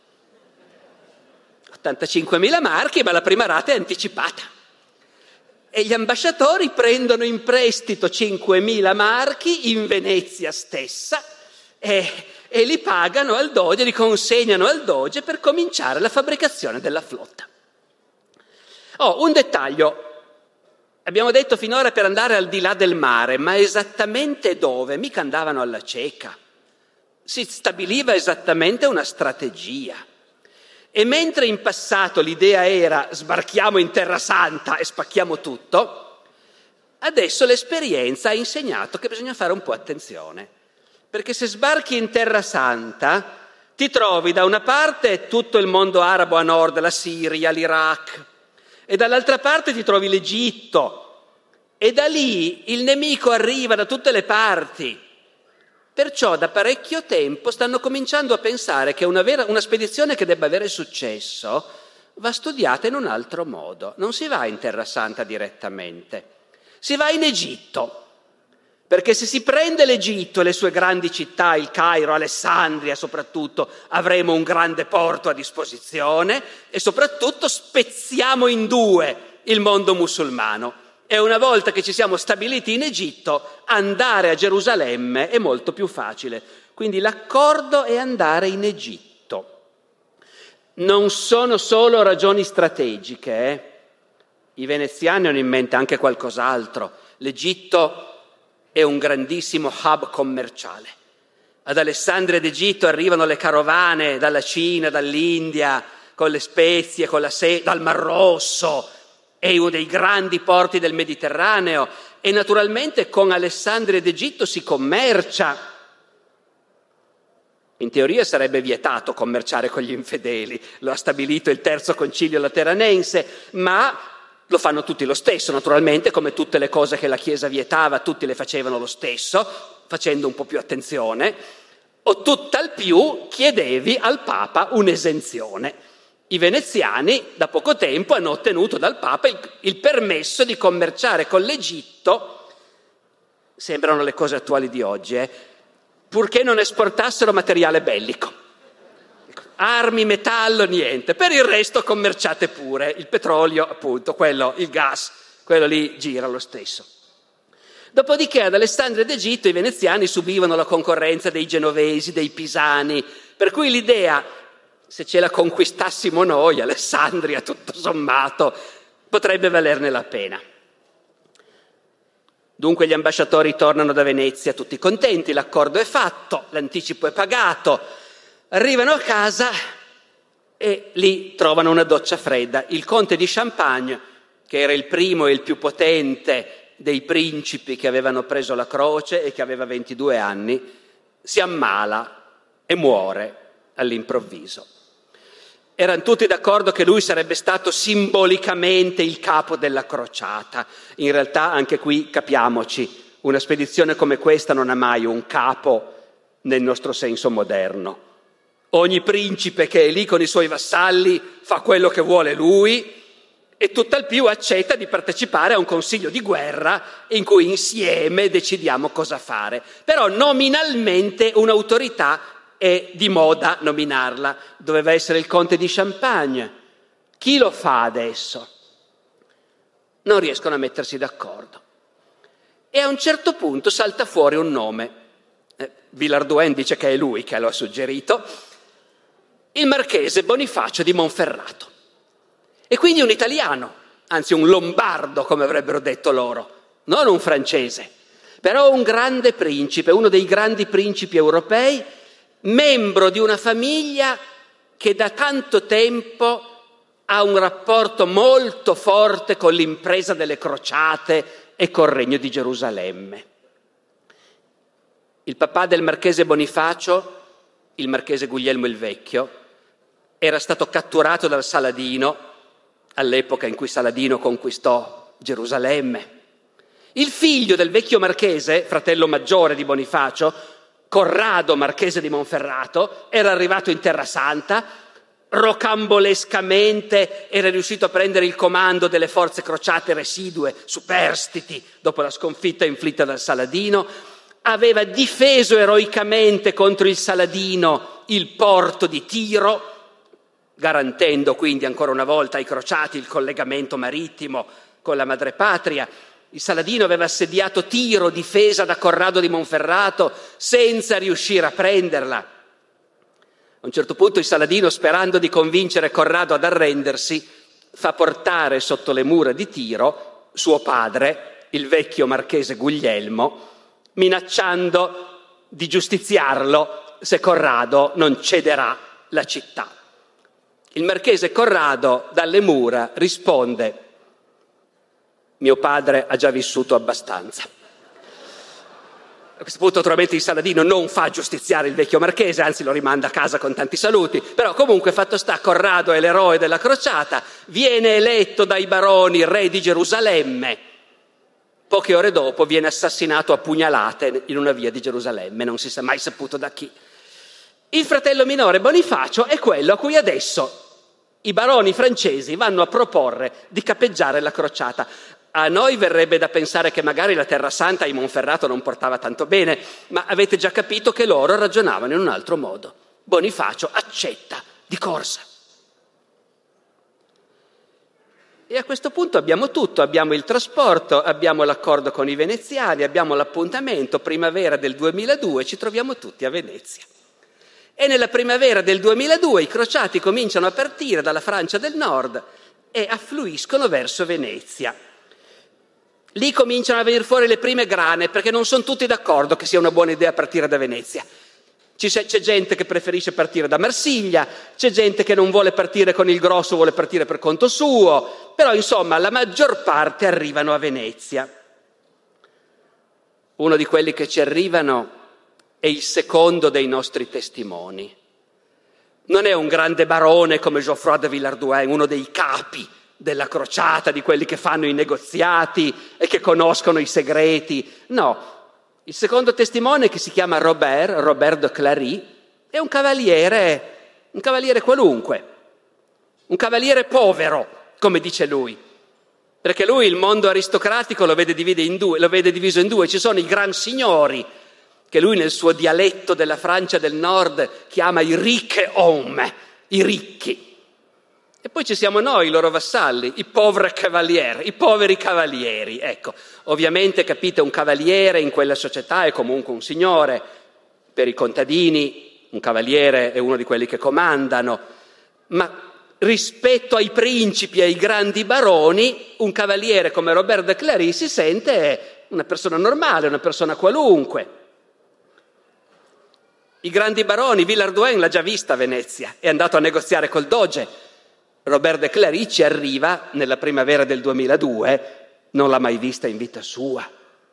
ottantacinquemila marchi, ma la prima rata è anticipata. E gli ambasciatori prendono in prestito cinquemila marchi in Venezia stessa e, e li pagano al doge, li consegnano al doge per cominciare la fabbricazione della flotta. Oh, un dettaglio. Abbiamo detto finora per andare al di là del mare, ma esattamente dove? Mica andavano alla cieca. Si stabiliva esattamente una strategia. E mentre in passato l'idea era sbarchiamo in Terra Santa e spacchiamo tutto, adesso l'esperienza ha insegnato che bisogna fare un po' attenzione. Perché se sbarchi in Terra Santa ti trovi da una parte tutto il mondo arabo a nord, la Siria, l'Iraq, e dall'altra parte ti trovi l'Egitto. E da lì il nemico arriva da tutte le parti. Perciò da parecchio tempo stanno cominciando a pensare che una, vera, una spedizione che debba avere successo va studiata in un altro modo. Non si va in Terra Santa direttamente, si va in Egitto. Perché se si prende l'Egitto e le sue grandi città, il Cairo, Alessandria soprattutto, avremo un grande porto a disposizione e soprattutto spezziamo in due il mondo musulmano. E una volta che ci siamo stabiliti in Egitto, andare a Gerusalemme è molto più facile. Quindi l'accordo è andare in Egitto. Non sono solo ragioni strategiche, eh? I veneziani hanno in mente anche qualcos'altro. L'Egitto è un grandissimo hub commerciale. Ad Alessandria d'Egitto arrivano le carovane dalla Cina, dall'India, con le spezie, con la se- dal Mar Rosso. È uno dei grandi porti del Mediterraneo e naturalmente con Alessandria d'Egitto si commercia. In teoria sarebbe vietato commerciare con gli infedeli, lo ha stabilito il Terzo Concilio Lateranense, ma lo fanno tutti lo stesso, naturalmente, come tutte le cose che la Chiesa vietava, tutti le facevano lo stesso, facendo un po' più attenzione, o tutt'al più chiedevi al Papa un'esenzione. I veneziani da poco tempo hanno ottenuto dal Papa il, il permesso di commerciare con l'Egitto, sembrano le cose attuali di oggi, eh, purché non esportassero materiale bellico. Armi, metallo, niente. Per il resto commerciate pure. Il petrolio, appunto, quello, il gas, quello lì gira lo stesso. Dopodiché ad Alessandria d'Egitto i veneziani subivano la concorrenza dei genovesi, dei pisani, per cui l'idea, se ce la conquistassimo noi, Alessandria, tutto sommato, potrebbe valerne la pena. Dunque gli ambasciatori tornano da Venezia tutti contenti, l'accordo è fatto, l'anticipo è pagato, arrivano a casa e lì trovano una doccia fredda. Il conte di Champagne, che era il primo e il più potente dei principi che avevano preso la croce e che aveva ventidue anni, si ammala e muore all'improvviso. Erano tutti d'accordo che lui sarebbe stato simbolicamente il capo della crociata. In realtà anche qui capiamoci, una spedizione come questa non ha mai un capo nel nostro senso moderno. Ogni principe che è lì con i suoi vassalli fa quello che vuole lui e tutt'al più accetta di partecipare a un consiglio di guerra in cui insieme decidiamo cosa fare. Però nominalmente un'autorità è di moda nominarla, doveva essere il conte di Champagne. Chi lo fa adesso? non riescono a mettersi d'accordo. E a un certo punto salta fuori un nome. Eh, Villehardouin dice che è lui che lo ha suggerito, il marchese Bonifacio di Monferrato. E quindi un italiano, anzi un lombardo, come avrebbero detto loro, non un francese, però un grande principe, uno dei grandi principi europei, membro di una famiglia che da tanto tempo ha un rapporto molto forte con l'impresa delle crociate e col regno di Gerusalemme. Il papà del marchese Bonifacio, il marchese Guglielmo il Vecchio, era stato catturato dal Saladino all'epoca in cui Saladino conquistò Gerusalemme. Il figlio del vecchio marchese, fratello maggiore di Bonifacio, Corrado, marchese di Monferrato, era arrivato in Terra Santa, rocambolescamente era riuscito a prendere il comando delle forze crociate residue, superstiti, dopo la sconfitta inflitta dal Saladino, aveva difeso eroicamente contro il Saladino il porto di Tiro, garantendo quindi ancora una volta ai crociati il collegamento marittimo con la madrepatria. Il Saladino aveva assediato Tiro, difesa da Corrado di Monferrato, senza riuscire a prenderla. A un certo punto il Saladino, sperando di convincere Corrado ad arrendersi, fa portare sotto le mura di Tiro suo padre, il vecchio marchese Guglielmo, minacciando di giustiziarlo se Corrado non cederà la città. Il marchese Corrado dalle mura risponde: mio padre ha già vissuto abbastanza. A questo punto naturalmente il Saladino non fa giustiziare il vecchio marchese, anzi lo rimanda a casa con tanti saluti, però comunque fatto sta, Corrado è l'eroe della crociata, viene eletto dai baroni re di Gerusalemme, poche ore dopo viene assassinato a pugnalate in una via di Gerusalemme, non si sa mai saputo da chi. Il fratello minore Bonifacio è quello a cui adesso i baroni francesi vanno a proporre di capeggiare la crociata. A noi verrebbe da pensare che magari la Terra Santa ai Monferrato non portava tanto bene, ma avete già capito che loro ragionavano in un altro modo. Bonifacio accetta di corsa. E a questo punto abbiamo tutto, abbiamo il trasporto, abbiamo l'accordo con i veneziani, abbiamo l'appuntamento, primavera del duemiladue, ci troviamo tutti a Venezia. E nella primavera del duemiladue i crociati cominciano a partire dalla Francia del Nord e affluiscono verso Venezia. Lì cominciano a venire fuori le prime grane, perché non sono tutti d'accordo che sia una buona idea partire da Venezia. C'è, c'è gente che preferisce partire da Marsiglia, c'è gente che non vuole partire con il grosso, vuole partire per conto suo, però insomma la maggior parte arrivano a Venezia. Uno di quelli che ci arrivano è il secondo dei nostri testimoni. Non è un grande barone come Geoffroy de Villehardouin, uno dei capi della crociata, di quelli che fanno i negoziati e che conoscono i segreti. No, il secondo testimone, che si chiama Robert, Robert de Clary, è un cavaliere, un cavaliere qualunque, un cavaliere povero, come dice lui, perché lui il mondo aristocratico lo vede, divide in due, lo vede diviso in due. Ci sono i gran signori, che lui nel suo dialetto della Francia del Nord chiama i ricche hommes, i ricchi. E poi ci siamo noi, i loro vassalli, i pauvres cavalieri, i poveri cavalieri. Ecco, ovviamente capite, un cavaliere in quella società è comunque un signore. Per i contadini un cavaliere è uno di quelli che comandano, ma rispetto ai principi e ai grandi baroni, un cavaliere come Robert de Clary si sente una persona normale, una persona qualunque. I grandi baroni, Villehardouin l'ha già vista a Venezia, è andato a negoziare col doge. Robert de Clary ci arriva nella primavera del duemiladue, non l'ha mai vista in vita sua.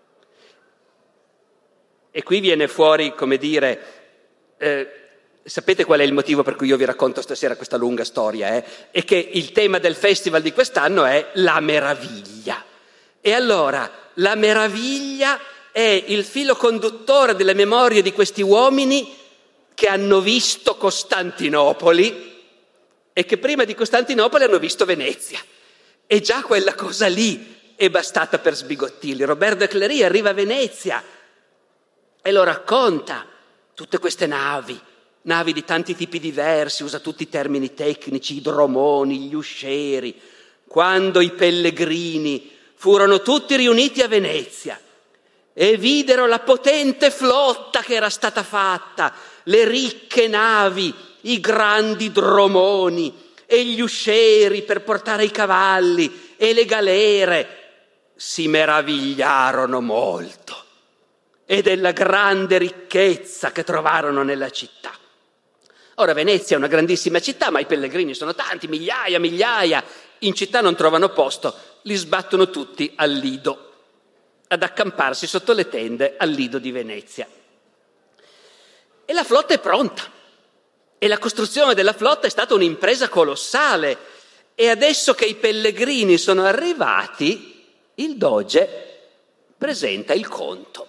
E qui viene fuori, come dire, eh, sapete qual è il motivo per cui io vi racconto stasera questa lunga storia? Eh? È che il tema del festival di quest'anno è la meraviglia. E allora, la meraviglia è il filo conduttore delle memorie di questi uomini che hanno visto Costantinopoli e che prima di Costantinopoli hanno visto Venezia. E già quella cosa lì è bastata per sbigottirli. Robert de Clary arriva a Venezia e lo racconta, tutte queste navi, navi di tanti tipi diversi, usa tutti i termini tecnici, i dromoni, gli uscieri. Quando i pellegrini furono tutti riuniti a Venezia e videro la potente flotta che era stata fatta, le ricche navi, i grandi dromoni e gli uscieri per portare i cavalli e le galere. Si meravigliarono molto e della grande ricchezza che trovarono nella città. Ora Venezia è una grandissima città, ma i pellegrini sono tanti, migliaia, migliaia. In città non trovano posto, li sbattono tutti al Lido, ad accamparsi sotto le tende al Lido di Venezia. E la flotta è pronta. E la costruzione della flotta è stata un'impresa colossale. E adesso che i pellegrini sono arrivati, il doge presenta il conto.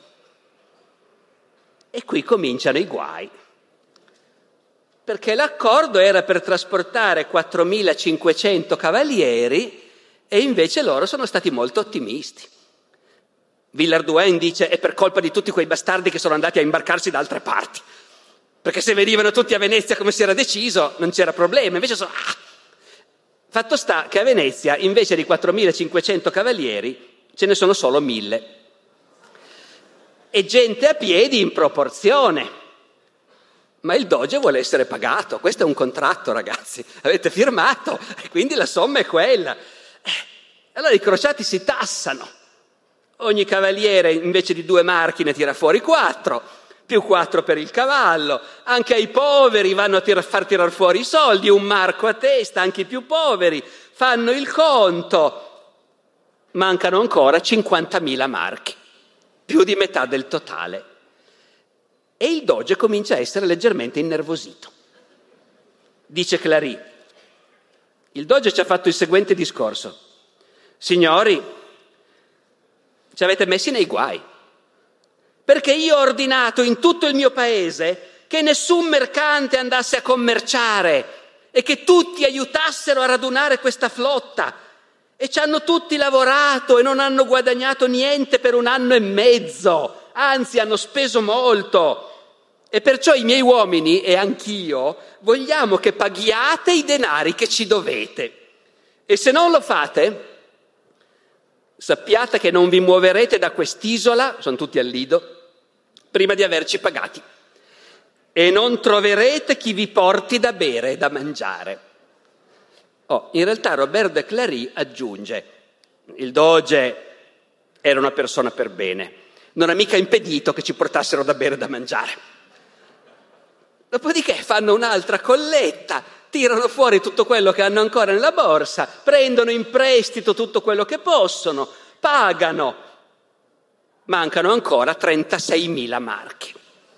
E qui cominciano i guai. Perché l'accordo era per trasportare quattromilacinquecento cavalieri e invece loro sono stati molto ottimisti. Villehardouin dice: è per colpa di tutti quei bastardi che sono andati a imbarcarsi da altre parti. Perché se venivano tutti a Venezia come si era deciso non c'era problema. Invece sono... Ah! Fatto sta che a Venezia invece di quattromilacinquecento cavalieri ce ne sono solo mille. E gente a piedi in proporzione. Ma il doge vuole essere pagato, questo è un contratto, ragazzi, avete firmato e quindi la somma è quella. Eh, allora i crociati si tassano, ogni cavaliere invece di due marchi ne tira fuori quattro, più quattro per il cavallo, anche ai poveri vanno a tir- far tirar fuori i soldi, un marco a testa, anche i più poveri, fanno il conto, mancano ancora cinquantamila marchi, più di metà del totale. E il doge comincia a essere leggermente innervosito. Dice Clary, il doge ci ha fatto il seguente discorso: signori, ci avete messi nei guai, perché io ho ordinato in tutto il mio paese che nessun mercante andasse a commerciare e che tutti aiutassero a radunare questa flotta, e ci hanno tutti lavorato e non hanno guadagnato niente per un anno e mezzo, anzi hanno speso molto. E perciò i miei uomini e anch'io vogliamo che paghiate i denari che ci dovete. E se non lo fate, sappiate che non vi muoverete da quest'isola, sono tutti al Lido, prima di averci pagati. E non troverete chi vi porti da bere e da mangiare. Oh, in realtà Robert de Clary aggiunge, il doge era una persona per bene, non ha mica impedito che ci portassero da bere e da mangiare. Dopodiché fanno un'altra colletta, tirano fuori tutto quello che hanno ancora nella borsa, prendono in prestito tutto quello che possono, pagano. Mancano ancora trentaseimila marchi.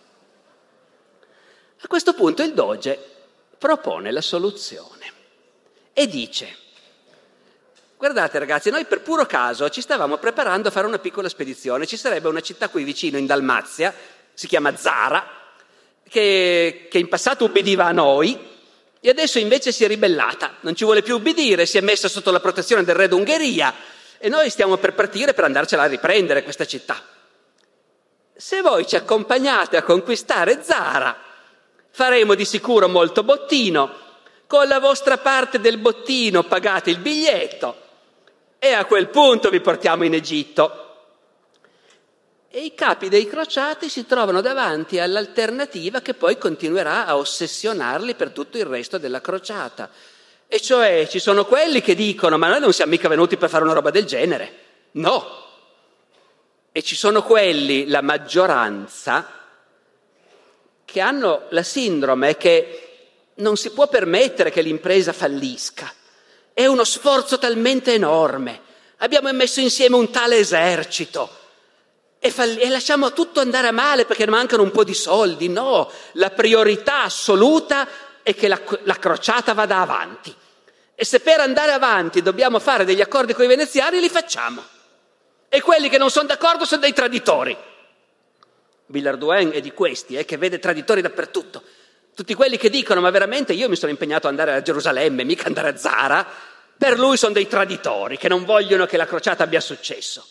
A questo punto il doge propone la soluzione e dice: guardate ragazzi, noi per puro caso ci stavamo preparando a fare una piccola spedizione, ci sarebbe una città qui vicino in Dalmazia, si chiama Zara, Che, che in passato ubbidiva a noi e adesso invece si è ribellata, non ci vuole più ubbidire, si è messa sotto la protezione del re d'Ungheria e noi stiamo per partire per andarcela a riprendere questa città. Se voi ci accompagnate a conquistare Zara, faremo di sicuro molto bottino, con la vostra parte del bottino pagate il biglietto e a quel punto vi portiamo in Egitto. E i capi dei crociati si trovano davanti all'alternativa che poi continuerà a ossessionarli per tutto il resto della crociata. E cioè ci sono quelli che dicono: ma noi non siamo mica venuti per fare una roba del genere. No. E ci sono quelli, la maggioranza, che hanno la sindrome che non si può permettere che l'impresa fallisca. È uno sforzo talmente enorme. Abbiamo messo insieme un tale esercito. E, fall- e lasciamo tutto andare a male perché mancano un po' di soldi. No, la priorità assoluta è che la, la crociata vada avanti. E se per andare avanti dobbiamo fare degli accordi con i veneziani, li facciamo. E quelli che non sono d'accordo sono dei traditori. Villehardouin è di questi, eh, che vede traditori dappertutto. Tutti quelli che dicono: ma veramente io mi sono impegnato ad andare a Gerusalemme, mica andare a Zara, per lui sono dei traditori che non vogliono che la crociata abbia successo.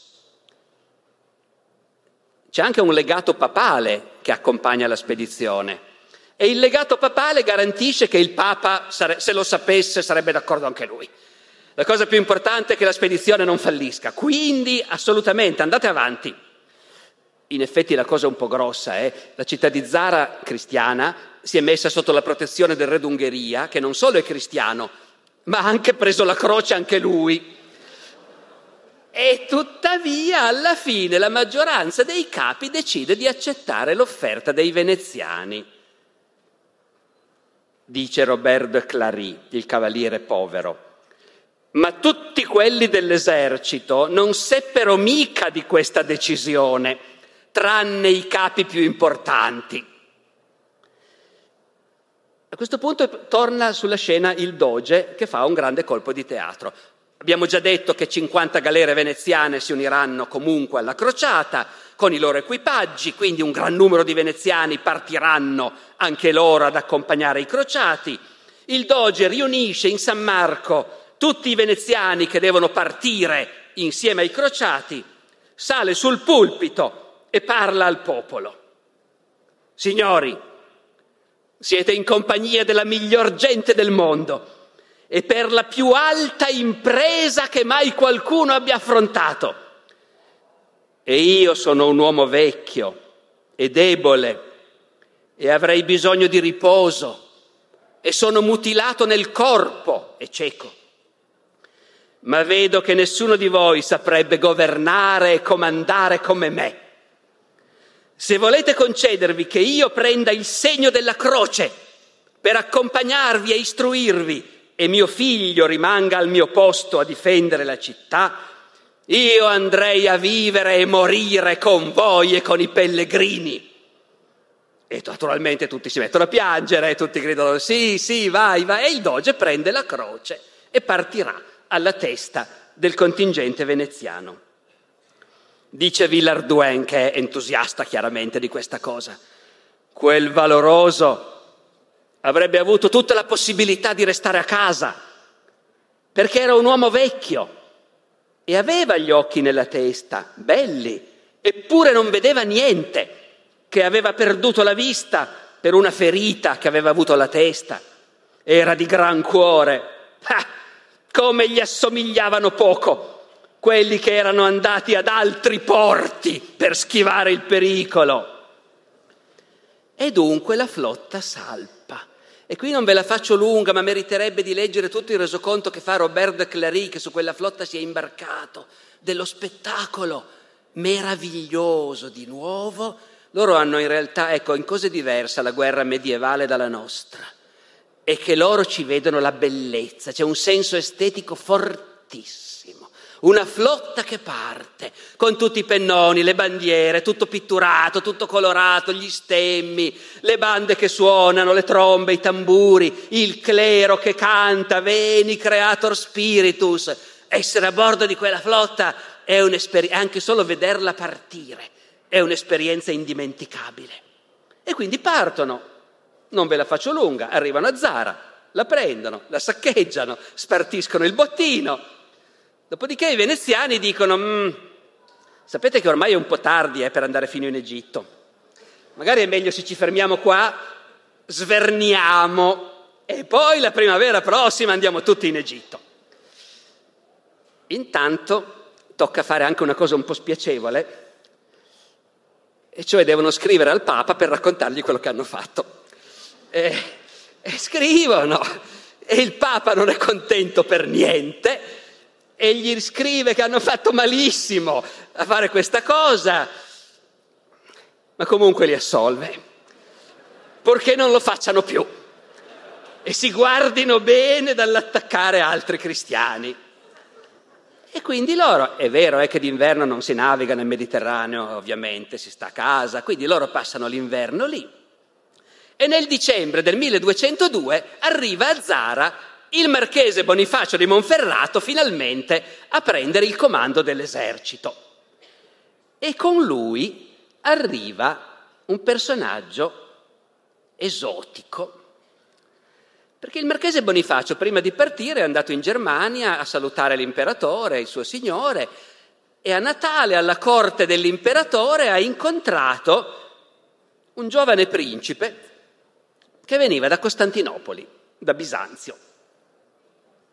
C'è anche un legato papale che accompagna la spedizione e il legato papale garantisce che il Papa, se lo sapesse, sarebbe d'accordo anche lui. La cosa più importante è che la spedizione non fallisca, quindi assolutamente andate avanti. In effetti la cosa è un po' grossa, eh? La città di Zara, cristiana, si è messa sotto la protezione del re d'Ungheria, che non solo è cristiano, ma ha anche preso la croce anche lui. E tuttavia, alla fine, la maggioranza dei capi decide di accettare l'offerta dei veneziani. Dice Robert de Clari, il cavaliere povero. Ma tutti quelli dell'esercito non seppero mica di questa decisione, tranne i capi più importanti. A questo punto torna sulla scena il doge, che fa un grande colpo di teatro. Abbiamo già detto che cinquanta galere veneziane si uniranno comunque alla crociata con i loro equipaggi, quindi un gran numero di veneziani partiranno anche loro ad accompagnare i crociati. Il doge riunisce in San Marco tutti i veneziani che devono partire insieme ai crociati, sale sul pulpito e parla al popolo. Signori, siete in compagnia della miglior gente del mondo e per la più alta impresa che mai qualcuno abbia affrontato. E io sono un uomo vecchio e debole e avrei bisogno di riposo e sono mutilato nel corpo e cieco. Ma vedo che nessuno di voi saprebbe governare e comandare come me. Se volete concedervi che io prenda il segno della croce per accompagnarvi e istruirvi e mio figlio rimanga al mio posto a difendere la città, io andrei a vivere e morire con voi e con i pellegrini. E naturalmente tutti si mettono a piangere e tutti gridano sì, sì, vai, vai. E il doge prende la croce e partirà alla testa del contingente veneziano. Dice Villehardouin, che è entusiasta chiaramente di questa cosa, quel valoroso avrebbe avuto tutta la possibilità di restare a casa, perché era un uomo vecchio e aveva gli occhi nella testa, belli, eppure non vedeva niente, che aveva perduto la vista per una ferita che aveva avuto alla testa. Era di gran cuore. Ah, come gli assomigliavano poco quelli che erano andati ad altri porti per schivare il pericolo. E dunque la flotta salpa. E qui non ve la faccio lunga, ma meriterebbe di leggere tutto il resoconto che fa Robert de Clari, che su quella flotta si è imbarcato, dello spettacolo meraviglioso di nuovo. Loro hanno in realtà, ecco, in cose diverse la guerra medievale dalla nostra, è che loro ci vedono la bellezza, c'è un senso estetico fortissimo. Una flotta che parte con tutti i pennoni, le bandiere, tutto pitturato, tutto colorato, gli stemmi, le bande che suonano, le trombe, i tamburi, il clero che canta, Veni Creator Spiritus. Essere a bordo di quella flotta è un'esperienza, anche solo vederla partire, è un'esperienza indimenticabile. E quindi partono, non ve la faccio lunga, arrivano a Zara, la prendono, la saccheggiano, spartiscono il bottino. Dopodiché i veneziani dicono, sapete che ormai è un po' tardi eh, per andare fino in Egitto. Magari è meglio se ci fermiamo qua, sverniamo e poi la primavera prossima andiamo tutti in Egitto. Intanto tocca fare anche una cosa un po' spiacevole, e cioè devono scrivere al Papa per raccontargli quello che hanno fatto. E, e scrivono, e il Papa non è contento per niente, e gli scrive che hanno fatto malissimo a fare questa cosa, ma comunque li assolve, purché non lo facciano più e si guardino bene dall'attaccare altri cristiani. E quindi loro, è vero è che d'inverno non si naviga nel Mediterraneo, ovviamente si sta a casa, quindi loro passano l'inverno lì. E nel dicembre del milleduecentodue arriva a Zara il marchese Bonifacio di Monferrato finalmente a prendere il comando dell'esercito. E con lui arriva un personaggio esotico, perché il marchese Bonifacio prima di partire è andato in Germania a salutare l'imperatore, il suo signore, e a Natale alla corte dell'imperatore ha incontrato un giovane principe che veniva da Costantinopoli, da Bisanzio.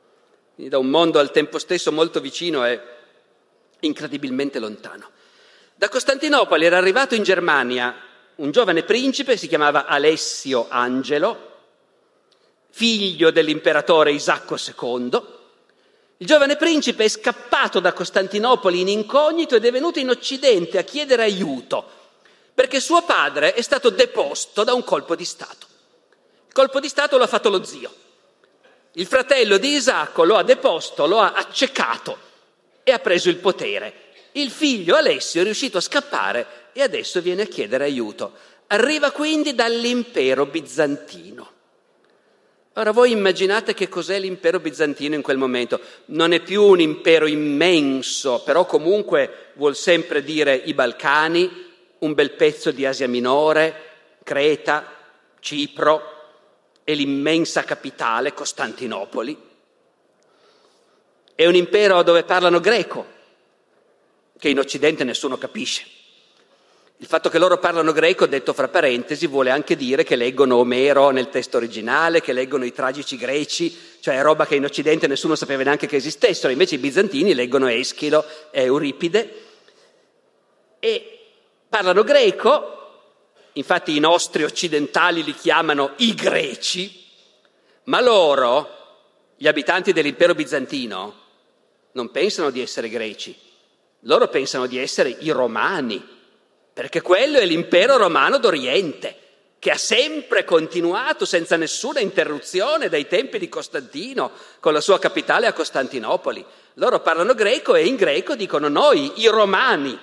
da un mondo al tempo stesso molto vicino e incredibilmente lontano. Da Costantinopoli era arrivato in Germania un giovane principe, si chiamava Alessio Angelo, figlio dell'imperatore Isacco secondo. Il giovane principe è scappato da Costantinopoli in incognito ed è venuto in Occidente a chiedere aiuto, perché suo padre è stato deposto da un colpo di Stato. Il colpo di Stato lo ha fatto lo zio. Il fratello di Isacco lo ha deposto, lo ha accecato e ha preso il potere. Il figlio Alessio è riuscito a scappare e adesso viene a chiedere aiuto. Arriva quindi dall'impero bizantino. Ora voi immaginate che cos'è l'impero bizantino in quel momento. Non è più un impero immenso, però comunque vuol sempre dire i Balcani, un bel pezzo di Asia Minore, Creta, Cipro e l'immensa capitale Costantinopoli. È un impero dove parlano greco, che in Occidente nessuno capisce. Il fatto che loro parlano greco, detto fra parentesi, vuole anche dire che leggono Omero nel testo originale, che leggono i tragici greci, cioè roba che in Occidente nessuno sapeva neanche che esistessero. Invece i bizantini leggono Eschilo e Euripide e parlano greco. Infatti i nostri occidentali li chiamano i greci, ma loro, gli abitanti dell'impero bizantino, non pensano di essere greci, loro pensano di essere i romani, perché quello è l'impero romano d'Oriente, che ha sempre continuato senza nessuna interruzione dai tempi di Costantino, con la sua capitale a Costantinopoli. Loro parlano greco e in greco dicono noi, i romani.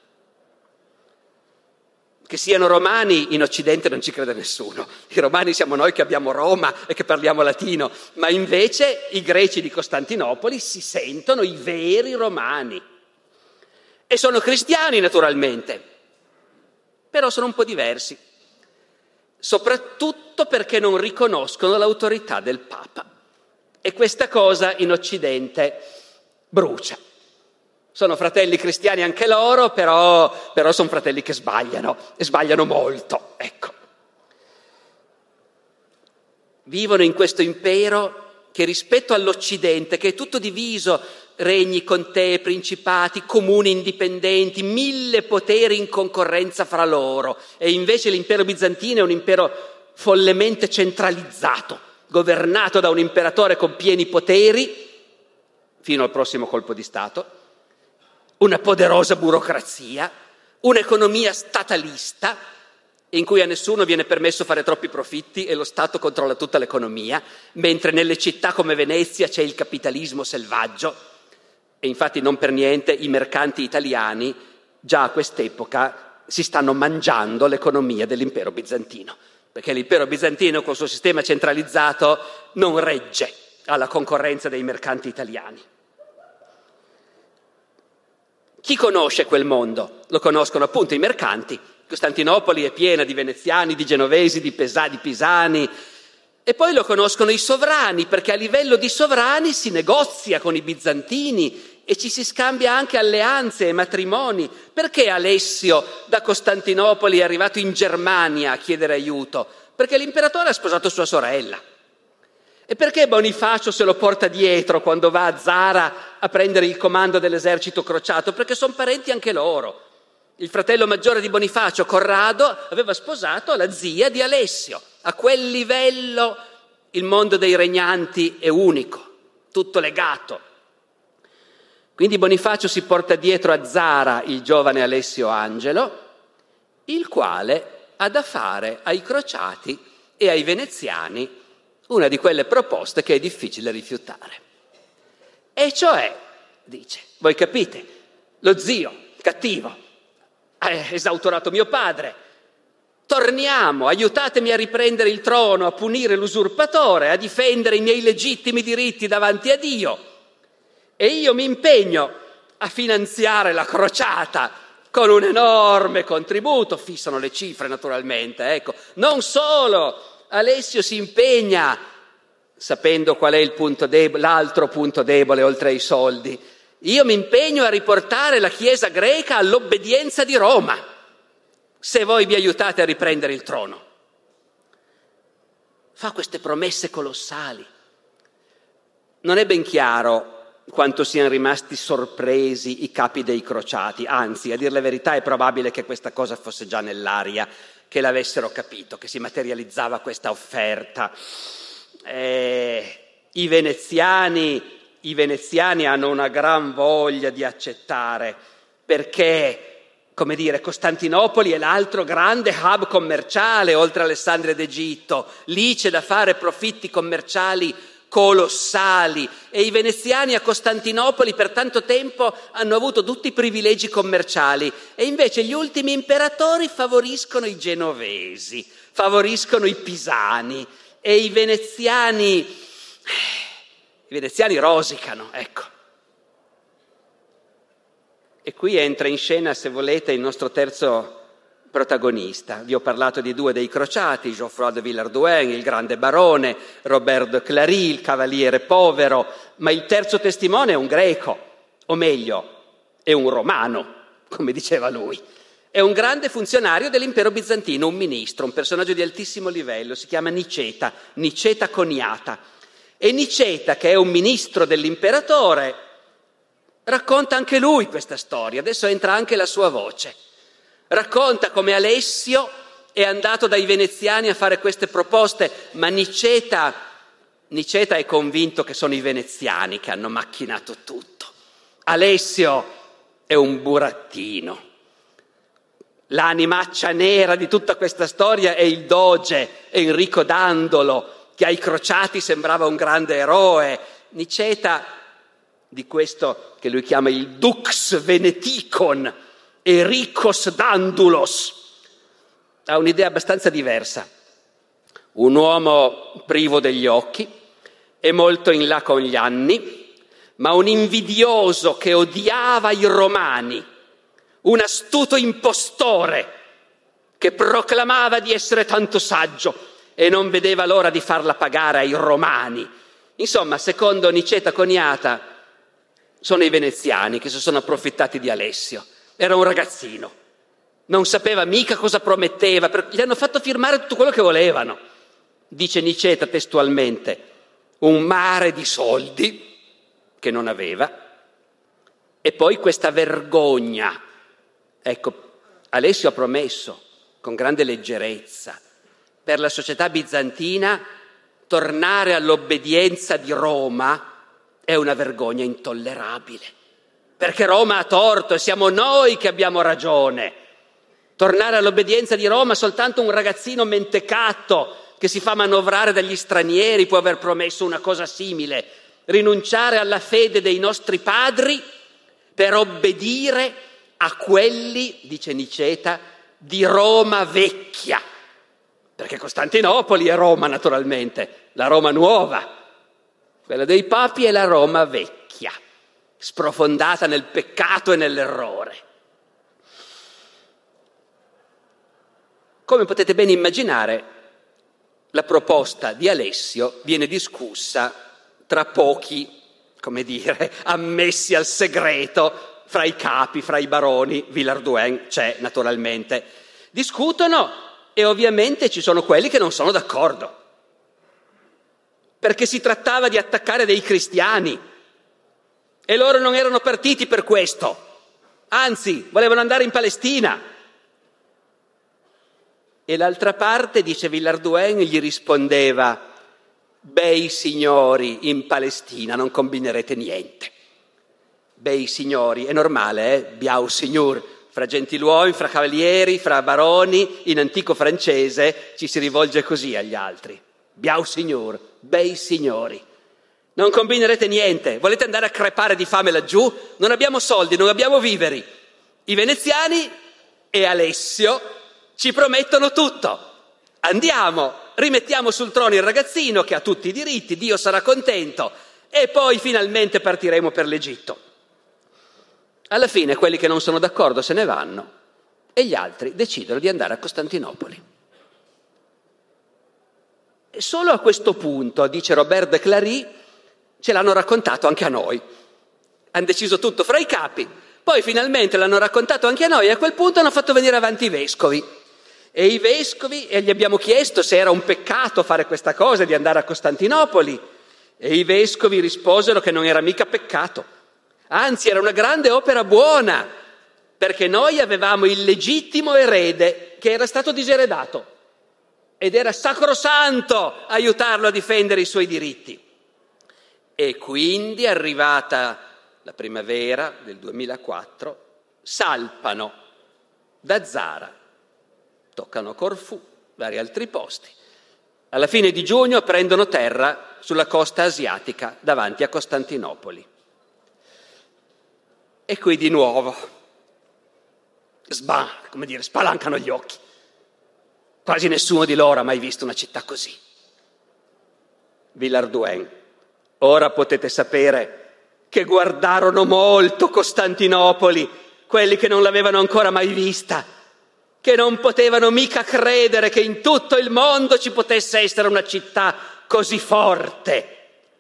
Che siano romani in Occidente non ci crede nessuno. I romani siamo noi che abbiamo Roma e che parliamo latino, ma invece i greci di Costantinopoli si sentono i veri romani. E sono cristiani naturalmente, però sono un po' diversi, soprattutto perché non riconoscono l'autorità del Papa. E questa cosa in Occidente brucia. Sono fratelli cristiani anche loro, però, però sono fratelli che sbagliano, e sbagliano molto, ecco. Vivono in questo impero che rispetto all'Occidente, che è tutto diviso, regni, contee, principati, comuni indipendenti, mille poteri in concorrenza fra loro, e invece l'impero bizantino è un impero follemente centralizzato, governato da un imperatore con pieni poteri, fino al prossimo colpo di Stato, una poderosa burocrazia, un'economia statalista in cui a nessuno viene permesso fare troppi profitti e lo Stato controlla tutta l'economia, mentre nelle città come Venezia c'è il capitalismo selvaggio e infatti non per niente i mercanti italiani già a quest'epoca si stanno mangiando l'economia dell'impero bizantino, perché l'impero bizantino col suo sistema centralizzato non regge alla concorrenza dei mercanti italiani. Chi conosce quel mondo? Lo conoscono appunto i mercanti. Costantinopoli è piena di veneziani, di genovesi, di, pesa, di pisani. E poi lo conoscono i sovrani, perché a livello di sovrani si negozia con i bizantini e ci si scambia anche alleanze e matrimoni. Perché Alessio da Costantinopoli è arrivato in Germania a chiedere aiuto? Perché l'imperatore ha sposato sua sorella. E perché Bonifacio se lo porta dietro quando va a Zara a prendere il comando dell'esercito crociato? Perché sono parenti anche loro. Il fratello maggiore di Bonifacio, Corrado, aveva sposato la zia di Alessio. A quel livello il mondo dei regnanti è unico, tutto legato. Quindi Bonifacio si porta dietro a Zara il giovane Alessio Angelo, il quale ha da fare ai crociati e ai veneziani una di quelle proposte che è difficile rifiutare. E cioè, dice, voi capite, lo zio cattivo ha esautorato mio padre, torniamo, aiutatemi a riprendere il trono, a punire l'usurpatore, a difendere i miei legittimi diritti davanti a Dio, e io mi impegno a finanziare la crociata con un enorme contributo, fissano le cifre naturalmente, ecco, non solo Alessio si impegna, sapendo qual è il punto debole, l'altro punto debole oltre ai soldi, io mi impegno a riportare la Chiesa greca all'obbedienza di Roma, se voi mi aiutate a riprendere il trono. Fa queste promesse colossali. non è ben chiaro quanto siano rimasti sorpresi i capi dei crociati, anzi, a dir la verità, è probabile che questa cosa fosse già nell'aria, che l'avessero capito, che si materializzava questa offerta. Eh, i veneziani, i veneziani hanno una gran voglia di accettare, perché, come dire, Costantinopoli è l'altro grande hub commerciale oltre Alessandria d'Egitto, lì c'è da fare profitti commerciali colossali e i veneziani a Costantinopoli per tanto tempo hanno avuto tutti i privilegi commerciali e invece gli ultimi imperatori favoriscono i genovesi, favoriscono i pisani e i veneziani, i veneziani rosicano, ecco. E qui entra in scena, se volete, il nostro terzo protagonista. Vi ho parlato di due dei crociati, Geoffroy de Villehardouin, il grande barone, Robert de Clari, il cavaliere povero, ma il terzo testimone è un greco, o meglio, è un romano, come diceva lui. È un grande funzionario dell'impero bizantino, un ministro, un personaggio di altissimo livello, si chiama Niceta, Niceta Coniata. E Niceta, che è un ministro dell'imperatore, racconta anche lui questa storia, adesso entra anche la sua voce. Racconta come Alessio è andato dai veneziani a fare queste proposte, ma Niceta, Niceta è convinto che sono i veneziani che hanno macchinato tutto. Alessio è un burattino. L'animaccia nera di tutta questa storia è il doge Enrico Dandolo, che ai crociati sembrava un grande eroe. Niceta, di questo che lui chiama il Dux Veneticon, Ericos Dandulos, ha un'idea abbastanza diversa. Un uomo privo degli occhi e molto in là con gli anni, ma un invidioso che odiava i romani, un astuto impostore che proclamava di essere tanto saggio e non vedeva l'ora di farla pagare ai romani. Insomma, secondo Niceta Coniata, sono i veneziani che si sono approfittati di Alessio. Era un ragazzino, non sapeva mica cosa prometteva, gli hanno fatto firmare tutto quello che volevano. Dice Niceta testualmente, un mare di soldi che non aveva e poi questa vergogna. Ecco, Alessio ha promesso con grande leggerezza per la società bizantina tornare all'obbedienza di Roma è una vergogna intollerabile. Perché Roma ha torto e siamo noi che abbiamo ragione. Tornare all'obbedienza di Roma soltanto un ragazzino mentecato che si fa manovrare dagli stranieri può aver promesso una cosa simile. Rinunciare alla fede dei nostri padri per obbedire a quelli, dice Niceta, di Roma vecchia. Perché Costantinopoli è Roma naturalmente, la Roma nuova. Quella dei papi è la Roma vecchia, sprofondata nel peccato e nell'errore. Come potete ben immaginare, la proposta di Alessio viene discussa tra pochi, come dire, ammessi al segreto, fra i capi, fra i baroni. Villehardouin c'è naturalmente. Discutono e ovviamente ci sono quelli che non sono d'accordo, perché si trattava di attaccare dei cristiani. E loro non erano partiti per questo, anzi, volevano andare in Palestina. E l'altra parte, dice Villehardouin, gli rispondeva, bei signori, in Palestina non combinerete niente. Bei signori, è normale, eh? Biau signor, fra gentiluomini, fra cavalieri, fra baroni, in antico francese ci si rivolge così agli altri. Biau signor, bei signori. Non combinerete niente, volete andare a crepare di fame laggiù? Non abbiamo soldi, non abbiamo viveri. I veneziani e Alessio ci promettono tutto. Andiamo, rimettiamo sul trono il ragazzino che ha tutti i diritti, Dio sarà contento e poi finalmente partiremo per l'Egitto. Alla fine quelli che non sono d'accordo se ne vanno e gli altri decidono di andare a Costantinopoli. E solo a questo punto, dice Robert de Clari, ce l'hanno raccontato anche a noi. Hanno deciso tutto fra i capi, poi finalmente l'hanno raccontato anche a noi e a quel punto hanno fatto venire avanti i vescovi. E i vescovi, e gli abbiamo chiesto se era un peccato fare questa cosa di andare a Costantinopoli, E i vescovi risposero che non era mica peccato, anzi era una grande opera buona, perché noi avevamo il legittimo erede che era stato diseredato ed era sacrosanto aiutarlo a difendere i suoi diritti. E quindi, arrivata la primavera del duemilaquattro, salpano da Zara, toccano Corfù, vari altri posti. Alla fine di giugno prendono terra sulla costa asiatica davanti a Costantinopoli. E qui di nuovo sba, come dire, spalancano gli occhi. Quasi nessuno di loro ha mai visto una città così. Villardouin. Ora potete sapere che guardarono molto Costantinopoli, quelli che non l'avevano ancora mai vista, che non potevano mica credere che in tutto il mondo ci potesse essere una città così forte.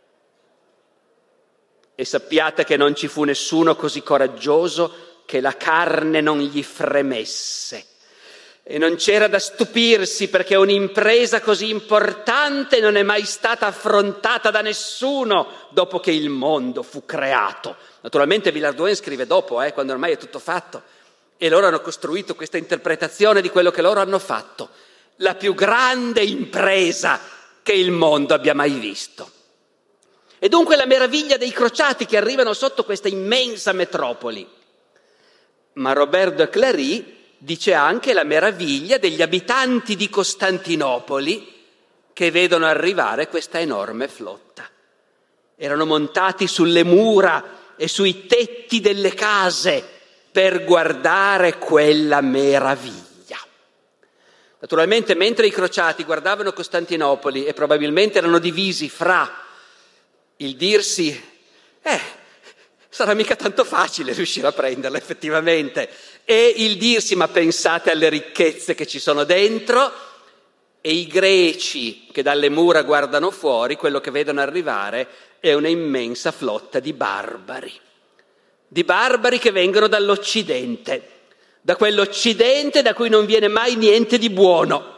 E sappiate che non ci fu nessuno così coraggioso che la carne non gli fremesse. E non c'era da stupirsi, perché un'impresa così importante non è mai stata affrontata da nessuno dopo che il mondo fu creato. Naturalmente Villardouin scrive dopo, eh, quando ormai è tutto fatto. E loro hanno costruito questa interpretazione di quello che loro hanno fatto. La più grande impresa che il mondo abbia mai visto. E dunque la meraviglia dei crociati che arrivano sotto questa immensa metropoli. Ma Robert de Clary dice anche la meraviglia degli abitanti di Costantinopoli che vedono arrivare questa enorme flotta. Erano montati sulle mura e sui tetti delle case per guardare quella meraviglia. Naturalmente, mentre i crociati guardavano Costantinopoli e probabilmente erano divisi fra il dirsi eh, sarà mica tanto facile riuscire a prenderla effettivamente, e il dirsi ma pensate alle ricchezze che ci sono dentro, e i greci che dalle mura guardano fuori, quello che vedono arrivare è una immensa flotta di barbari. Di barbari che vengono dall'Occidente, da quell'Occidente da cui non viene mai niente di buono.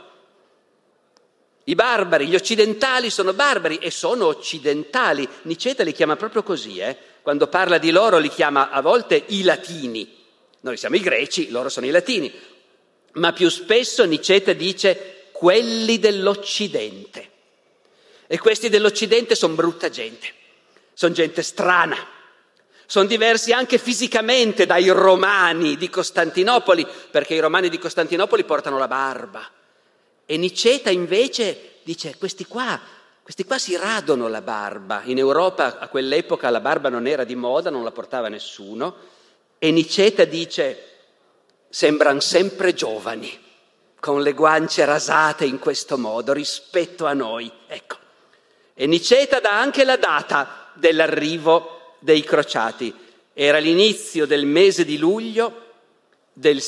I barbari, gli occidentali sono barbari e sono occidentali. Niceta li chiama proprio così, eh? Quando parla di loro li chiama a volte i latini. Noi siamo i greci, loro sono i latini. Ma più spesso Niceta dice quelli dell'Occidente. E questi dell'Occidente sono brutta gente, sono gente strana. Sono diversi anche fisicamente dai romani di Costantinopoli, perché i romani di Costantinopoli portano la barba. E Niceta invece dice, questi qua, questi qua si radono la barba. In Europa a quell'epoca la barba non era di moda, non la portava nessuno. E Niceta dice, sembrano sempre giovani, con le guance rasate in questo modo, rispetto a noi. Ecco. E Niceta dà anche la data dell'arrivo dei crociati. Era l'inizio del mese di luglio del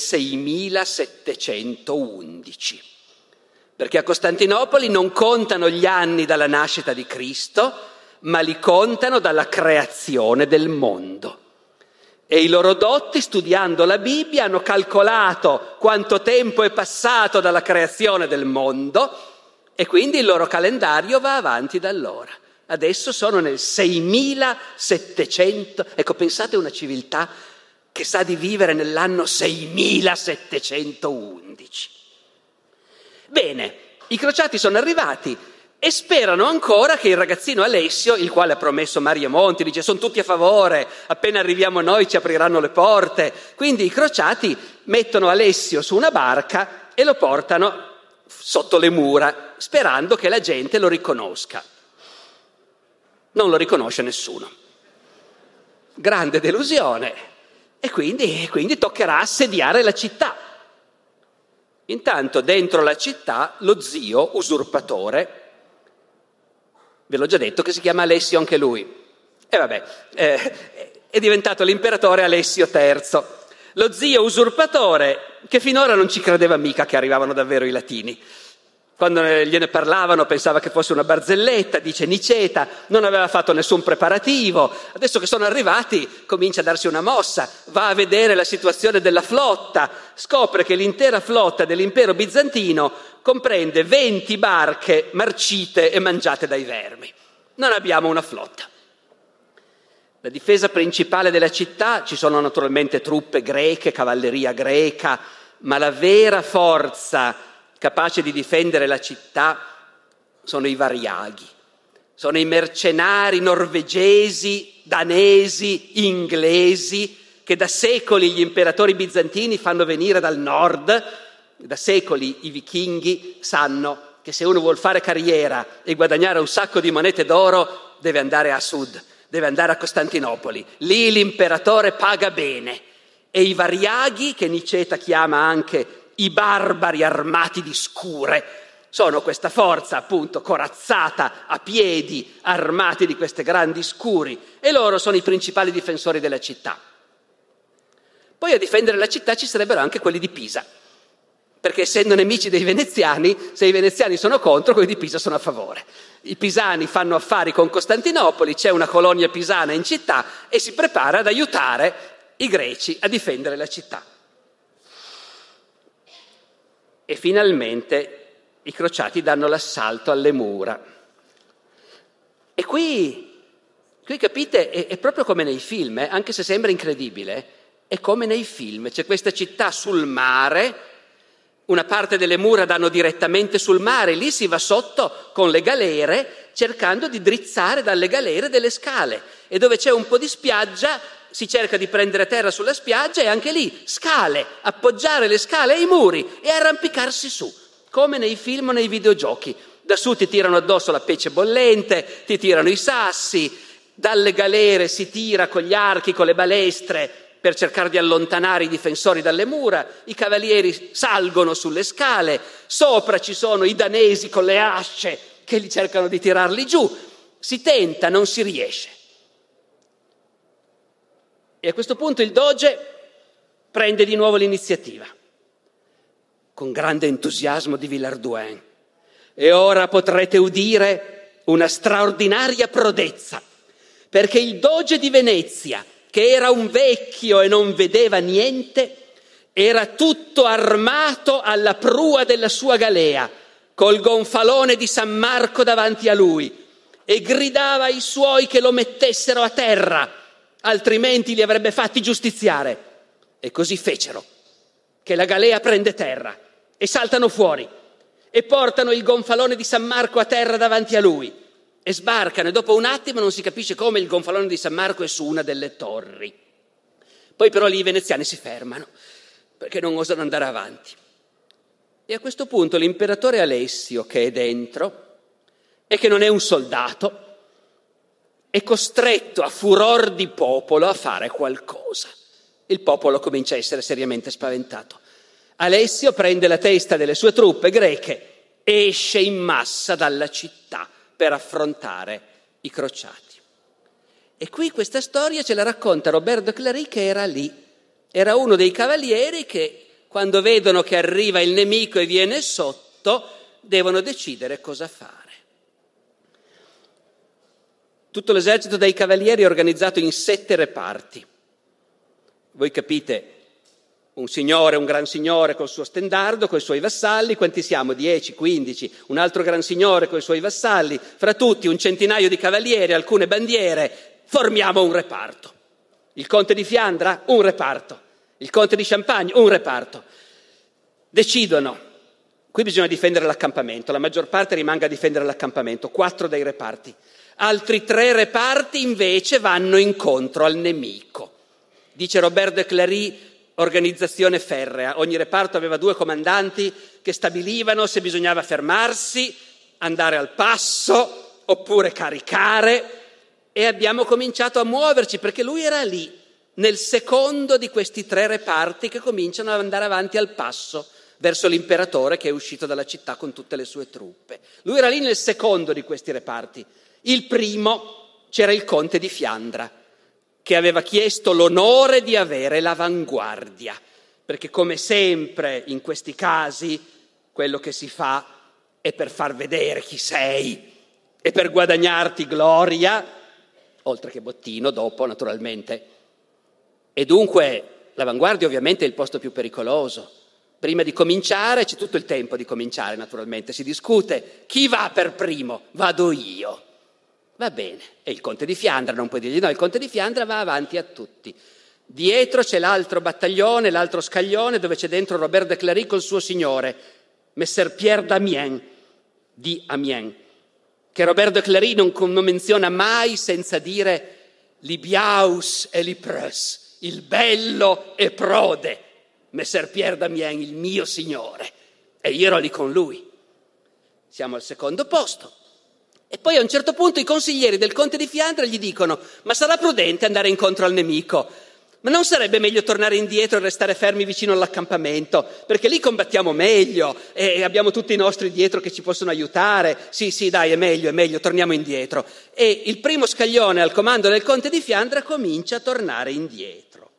seimilasettecentoundici, perché a Costantinopoli non contano gli anni dalla nascita di Cristo, ma li contano dalla creazione del mondo. E i loro dotti, studiando la Bibbia, hanno calcolato quanto tempo è passato dalla creazione del mondo e quindi il loro calendario va avanti da allora. Adesso sono nel seimilasettecento, ecco, pensate a una civiltà che sa di vivere nell'anno seimilasettecentoundici. Bene, i crociati sono arrivati e sperano ancora che il ragazzino Alessio, il quale ha promesso Mario Monti, dice sono tutti a favore, appena arriviamo noi ci apriranno le porte. Quindi i crociati mettono Alessio su una barca e lo portano sotto le mura, sperando che la gente lo riconosca. Non lo riconosce nessuno. Grande delusione. E quindi, quindi toccherà assediare la città. Intanto dentro la città lo zio usurpatore, ve l'ho già detto che si chiama Alessio anche lui, e vabbè, eh, è diventato l'imperatore Alessio terzo. Lo zio usurpatore che finora non ci credeva mica che arrivavano davvero i latini. Quando gliene parlavano pensava che fosse una barzelletta, dice Niceta, non aveva fatto nessun preparativo. Adesso che sono arrivati comincia a darsi una mossa, va a vedere la situazione della flotta, scopre che l'intera flotta dell'impero bizantino comprende venti barche marcite e mangiate dai vermi. non abbiamo una flotta. La difesa principale della città, ci sono naturalmente truppe greche, cavalleria greca, ma la vera forza capace di difendere la città sono i variaghi, sono i mercenari norvegesi, danesi, inglesi, che da secoli gli imperatori bizantini fanno venire dal nord. Da secoli i vichinghi sanno che se uno vuol fare carriera e guadagnare un sacco di monete d'oro deve andare a sud, deve andare a Costantinopoli. Lì l'imperatore paga bene. E i variaghi, che Niceta chiama anche i barbari armati di scure, sono questa forza appunto corazzata a piedi, armati di queste grandi scuri, e loro sono i principali difensori della città. Poi a difendere la città ci sarebbero anche quelli di Pisa, perché essendo nemici dei veneziani, se i veneziani sono contro, quelli di Pisa sono a favore. I pisani fanno affari con Costantinopoli, c'è una colonia pisana in città e si prepara ad aiutare i greci a difendere la città. E finalmente i crociati danno l'assalto alle mura. E qui, qui capite, è, è proprio come nei film, eh? Anche se sembra incredibile, è come nei film. C'è questa città sul mare, una parte delle mura danno direttamente sul mare, lì si va sotto con le galere cercando di drizzare dalle galere delle scale, e dove c'è un po' di spiaggia si cerca di prendere terra sulla spiaggia, e anche lì scale, appoggiare le scale ai muri e arrampicarsi su, come nei film o nei videogiochi. Da su ti tirano addosso la pece bollente, ti tirano i sassi, dalle galere si tira con gli archi, con le balestre, per cercare di allontanare i difensori dalle mura. I cavalieri salgono sulle scale, sopra ci sono i danesi con le asce che li cercano di tirarli giù. Si tenta, non si riesce. E a questo punto il doge prende di nuovo l'iniziativa, con grande entusiasmo di Villehardouin. E ora potrete udire una straordinaria prodezza, perché il doge di Venezia, che era un vecchio e non vedeva niente, era tutto armato alla prua della sua galea, col gonfalone di San Marco davanti a lui, e gridava ai suoi che lo mettessero a terra, altrimenti li avrebbe fatti giustiziare. E così fecero, che la galea prende terra e saltano fuori e portano il gonfalone di San Marco a terra davanti a lui e sbarcano, e dopo un attimo non si capisce come il gonfalone di San Marco è su una delle torri. Poi però lì i veneziani si fermano perché non osano andare avanti, e a questo punto l'imperatore Alessio, che è dentro e che non è un soldato, è costretto a furor di popolo a fare qualcosa. Il popolo comincia a essere seriamente spaventato. Alessio prende la testa delle sue truppe greche e esce in massa dalla città per affrontare i crociati. E qui questa storia ce la racconta Robert de Clari, che era lì. Era uno dei cavalieri che, quando vedono che arriva il nemico e viene sotto, devono decidere cosa fare. Tutto l'esercito dei cavalieri è organizzato in sette reparti. Voi capite, un signore, un gran signore col suo stendardo, coi suoi vassalli, quanti siamo? dieci, quindici, un altro gran signore coi suoi vassalli, fra tutti un centinaio di cavalieri, alcune bandiere, formiamo un reparto. Il conte di Fiandra, un reparto. Il conte di Champagne, un reparto. Decidono, qui bisogna difendere l'accampamento, la maggior parte rimanga a difendere l'accampamento, quattro dei reparti. Altri tre reparti invece vanno incontro al nemico. Dice Robert de Clari, organizzazione ferrea. Ogni reparto aveva due comandanti che stabilivano se bisognava fermarsi, andare al passo oppure caricare, e abbiamo cominciato a muoverci perché lui era lì, nel secondo di questi tre reparti che cominciano ad andare avanti al passo verso l'imperatore che è uscito dalla città con tutte le sue truppe. Lui era lì nel secondo di questi reparti. Il primo c'era il conte di Fiandra, che aveva chiesto l'onore di avere l'avanguardia, perché come sempre in questi casi quello che si fa è per far vedere chi sei e per guadagnarti gloria, oltre che bottino dopo naturalmente. E dunque l'avanguardia ovviamente è il posto più pericoloso. Prima di cominciare, c'è tutto il tempo di cominciare naturalmente, si discute chi va per primo, vado io. Va bene, e il conte di Fiandra, non puoi dirgli no, il conte di Fiandra va avanti a tutti. Dietro c'è l'altro battaglione, l'altro scaglione, dove c'è dentro Robert de Clari col suo signore, Messer Pierre d'Amiens, di Amiens, che Robert de Clari non, non menziona mai senza dire Libiaus e Lipreus, il bello e prode, Messer Pierre d'Amiens, il mio signore, e io ero lì con lui. Siamo al secondo posto. E poi a un certo punto i consiglieri del conte di Fiandra gli dicono: ma sarà prudente andare incontro al nemico? Ma non sarebbe meglio tornare indietro e restare fermi vicino all'accampamento? Perché lì combattiamo meglio e abbiamo tutti i nostri dietro che ci possono aiutare. Sì, sì, dai, è meglio, è meglio, torniamo indietro. E il primo scaglione al comando del conte di Fiandra comincia a tornare indietro.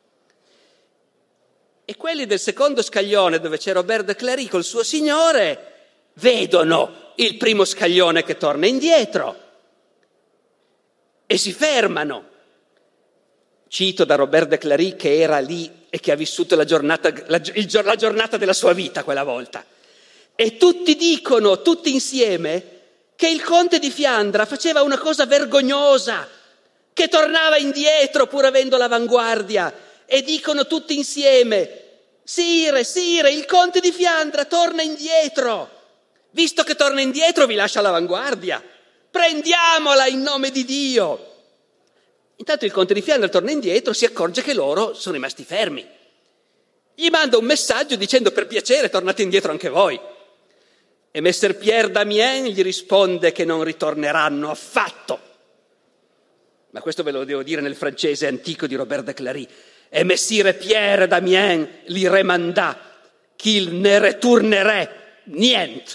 E quelli del secondo scaglione, dove c'è Robert de Clari col suo signore, vedono il primo scaglione che torna indietro e si fermano. Cito da Robert de Clari, che era lì e che ha vissuto la giornata, la, il, la giornata della sua vita quella volta. E tutti dicono, tutti insieme, che il conte di Fiandra faceva una cosa vergognosa, che tornava indietro pur avendo l'avanguardia. E dicono tutti insieme: Sire, sire, il conte di Fiandra torna indietro. Visto che torna indietro vi lascia l'avanguardia. Prendiamola in nome di Dio. Intanto il conte di Fiandra torna indietro, si accorge che loro sono rimasti fermi. Gli manda un messaggio dicendo: per piacere tornate indietro anche voi. E Messer Pierre d'Amiens gli risponde che non ritorneranno affatto. Ma questo ve lo devo dire nel francese antico di Robert de Clari. E Messire Pierre d'Amiens li remanda qu'il ne retournerait niente.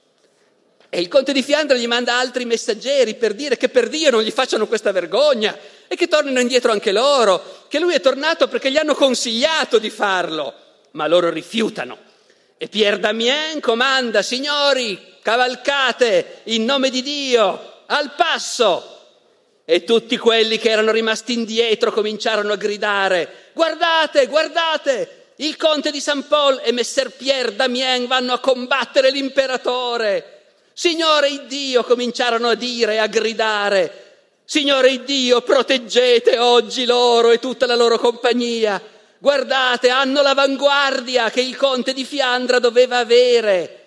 E il conte di Fiandra gli manda altri messaggeri per dire che per Dio non gli facciano questa vergogna e che tornino indietro anche loro, che lui è tornato perché gli hanno consigliato di farlo, ma loro rifiutano. E Pierre d'Amiens comanda: signori, cavalcate in nome di Dio, al passo! E tutti quelli che erano rimasti indietro cominciarono a gridare: guardate, guardate, il conte di Saint-Paul e Messer Pierre d'Amiens vanno a combattere l'imperatore. Signore Iddio, cominciarono a dire e a gridare: Signore Iddio, proteggete oggi loro e tutta la loro compagnia. Guardate, hanno l'avanguardia che il conte di Fiandra doveva avere.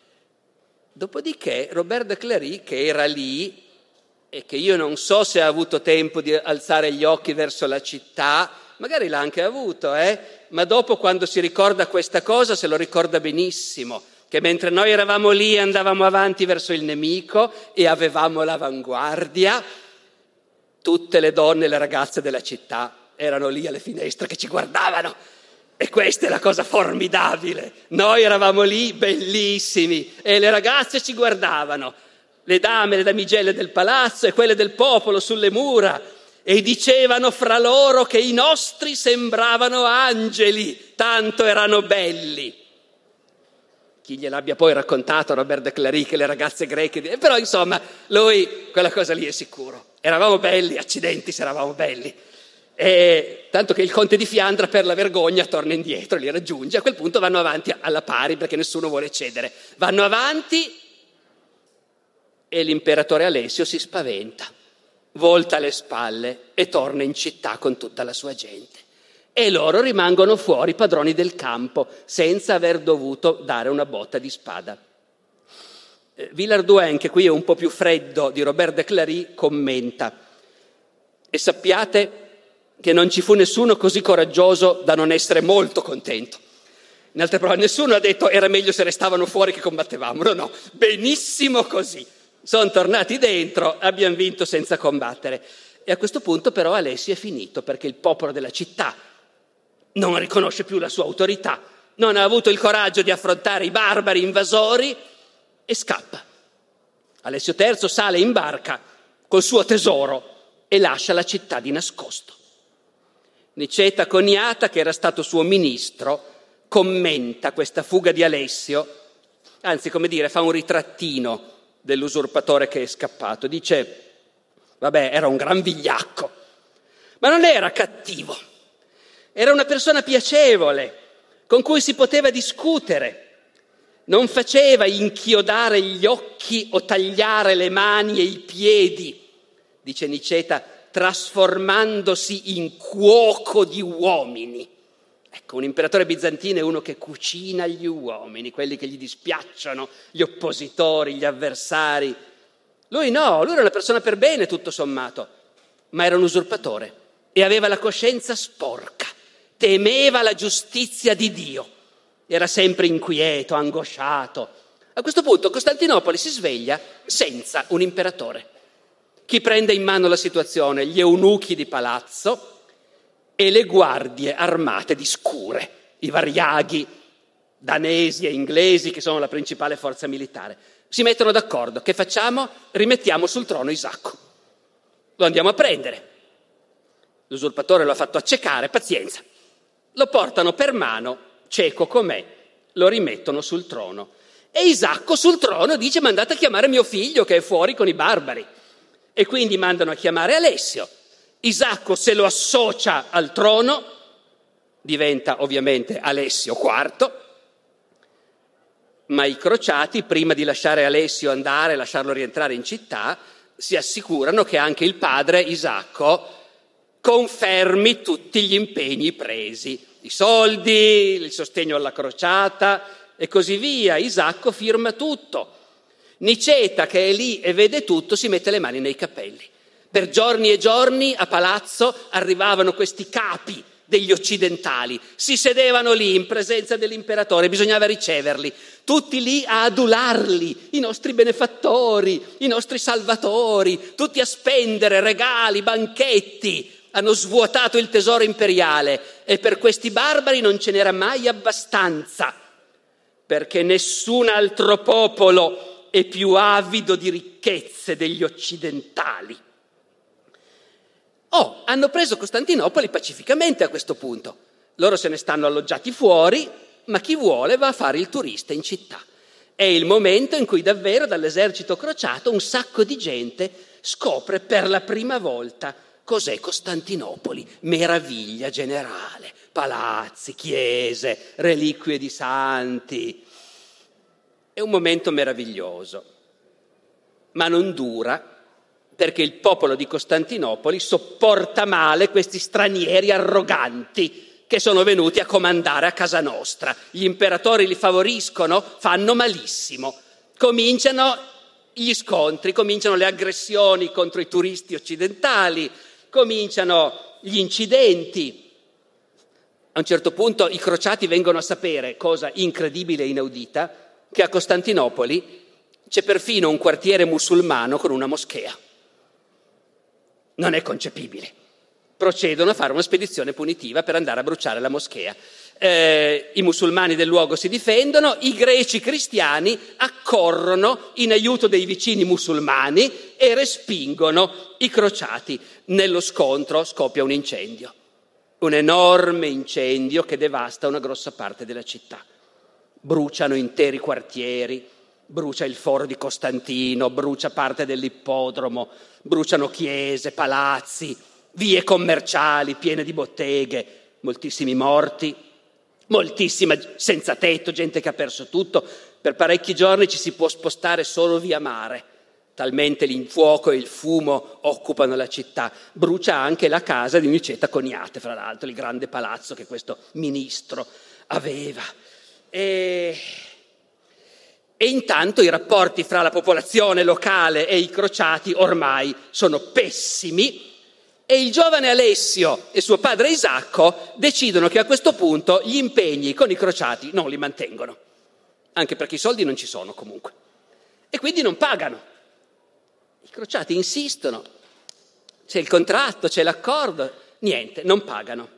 Dopodiché Robert de Clari, che era lì e che io non so se ha avuto tempo di alzare gli occhi verso la città, magari l'ha anche avuto, eh? Ma dopo, quando si ricorda questa cosa, se lo ricorda benissimo, che mentre noi eravamo lì e andavamo avanti verso il nemico e avevamo l'avanguardia, tutte le donne e le ragazze della città erano lì alle finestre che ci guardavano. E questa è la cosa formidabile. Noi eravamo lì bellissimi e le ragazze ci guardavano, le dame, le damigelle del palazzo e quelle del popolo sulle mura, e dicevano fra loro che i nostri sembravano angeli, tanto erano belli. Chi gliel'abbia poi raccontato, Robert de Clari, che le ragazze greche, però insomma, lui quella cosa lì è sicuro. Eravamo belli, accidenti se eravamo belli. E tanto che il conte di Fiandra, per la vergogna, torna indietro, li raggiunge. A quel punto vanno avanti alla pari perché nessuno vuole cedere. Vanno avanti e l'imperatore Alessio si spaventa, volta le spalle e torna in città con tutta la sua gente. E loro rimangono fuori, padroni del campo, senza aver dovuto dare una botta di spada. Eh, Villehardouin, che qui è un po' più freddo di Robert de Clari, commenta: e sappiate che non ci fu nessuno così coraggioso da non essere molto contento. In altre parole, nessuno ha detto era meglio se restavano fuori che combattevamo. No, no, benissimo così. Sono tornati dentro, abbiamo vinto senza combattere. E a questo punto però Alessio è finito, perché il popolo della città non riconosce più la sua autorità, non ha avuto il coraggio di affrontare i barbari invasori e scappa. Alessio terzo sale in barca col suo tesoro e lascia la città di nascosto. Niceta Coniata, che era stato suo ministro, commenta questa fuga di Alessio, anzi, come dire, fa un ritrattino dell'usurpatore che è scappato. Dice: vabbè, era un gran vigliacco, ma non era cattivo. Era una persona piacevole, con cui si poteva discutere. Non faceva inchiodare gli occhi o tagliare le mani e i piedi. dice Niceta, trasformandosi in cuoco di uomini. Ecco, un imperatore bizantino è uno che cucina gli uomini, quelli che gli dispiacciono, gli oppositori, gli avversari. Lui no, lui era una persona per bene tutto sommato, ma era un usurpatore e aveva la coscienza sporca, temeva la giustizia di Dio, era sempre inquieto, angosciato. A questo punto Costantinopoli si sveglia senza un imperatore. Chi prende in mano la situazione? Gli eunuchi di palazzo e le guardie armate di scure, i variaghi danesi e inglesi che sono la principale forza militare. Si mettono d'accordo. Che facciamo? Rimettiamo sul trono Isacco. Lo andiamo a prendere. L'usurpatore lo ha fatto accecare, pazienza. Lo portano per mano, cieco com'è, lo rimettono sul trono. E Isacco sul trono dice: mandate a chiamare mio figlio che è fuori con i barbari. E quindi mandano a chiamare Alessio. Isacco se lo associa al trono, diventa ovviamente Alessio quarto, ma i crociati, prima di lasciare Alessio andare, lasciarlo rientrare in città, si assicurano che anche il padre Isacco confermi tutti gli impegni presi, i soldi, il sostegno alla crociata e così via. Isacco firma tutto. Niceta, che è lì e vede tutto, si mette le mani nei capelli. Per giorni e giorni a palazzo arrivavano questi capi degli occidentali, si sedevano lì in presenza dell'imperatore, bisognava riceverli, tutti lì a adularli, i nostri benefattori, i nostri salvatori, tutti a spendere regali, banchetti, hanno svuotato il tesoro imperiale e per questi barbari non ce n'era mai abbastanza, perché nessun altro popolo è più avido di ricchezze degli occidentali. Oh, hanno preso Costantinopoli pacificamente a questo punto. Loro se ne stanno alloggiati fuori, ma chi vuole va a fare il turista in città. È il momento in cui davvero dall'esercito crociato un sacco di gente scopre per la prima volta cos'è Costantinopoli. Meraviglia generale, palazzi, chiese, reliquie di santi. È un momento meraviglioso, ma non dura, perché il popolo di Costantinopoli sopporta male questi stranieri arroganti che sono venuti a comandare a casa nostra. Gli imperatori li favoriscono, fanno malissimo. Cominciano gli scontri, cominciano le aggressioni contro i turisti occidentali, cominciano gli incidenti. A un certo punto i crociati vengono a sapere, cosa incredibile e inaudita, che a Costantinopoli c'è perfino un quartiere musulmano con una moschea. Non è concepibile. Procedono a fare una spedizione punitiva per andare a bruciare la moschea. Eh, I musulmani del luogo si difendono, i greci cristiani accorrono in aiuto dei vicini musulmani e respingono i crociati. Nello scontro scoppia un incendio, un enorme incendio che devasta una grossa parte della città. Bruciano interi quartieri, brucia il foro di Costantino, brucia parte dell'ippodromo, bruciano chiese, palazzi, vie commerciali piene di botteghe, moltissimi morti, moltissima senza tetto, gente che ha perso tutto. Per parecchi giorni ci si può spostare solo via mare, talmente il fuoco e il fumo occupano la città. Brucia anche la casa di Niceta Coniate, fra l'altro, il grande palazzo che questo ministro aveva. E... E intanto i rapporti fra la popolazione locale e i crociati ormai sono pessimi e il giovane Alessio e suo padre Isacco decidono che a questo punto gli impegni con i crociati non li mantengono, anche perché i soldi non ci sono comunque, e quindi non pagano. I crociati insistono, c'è il contratto, c'è l'accordo, niente, non pagano.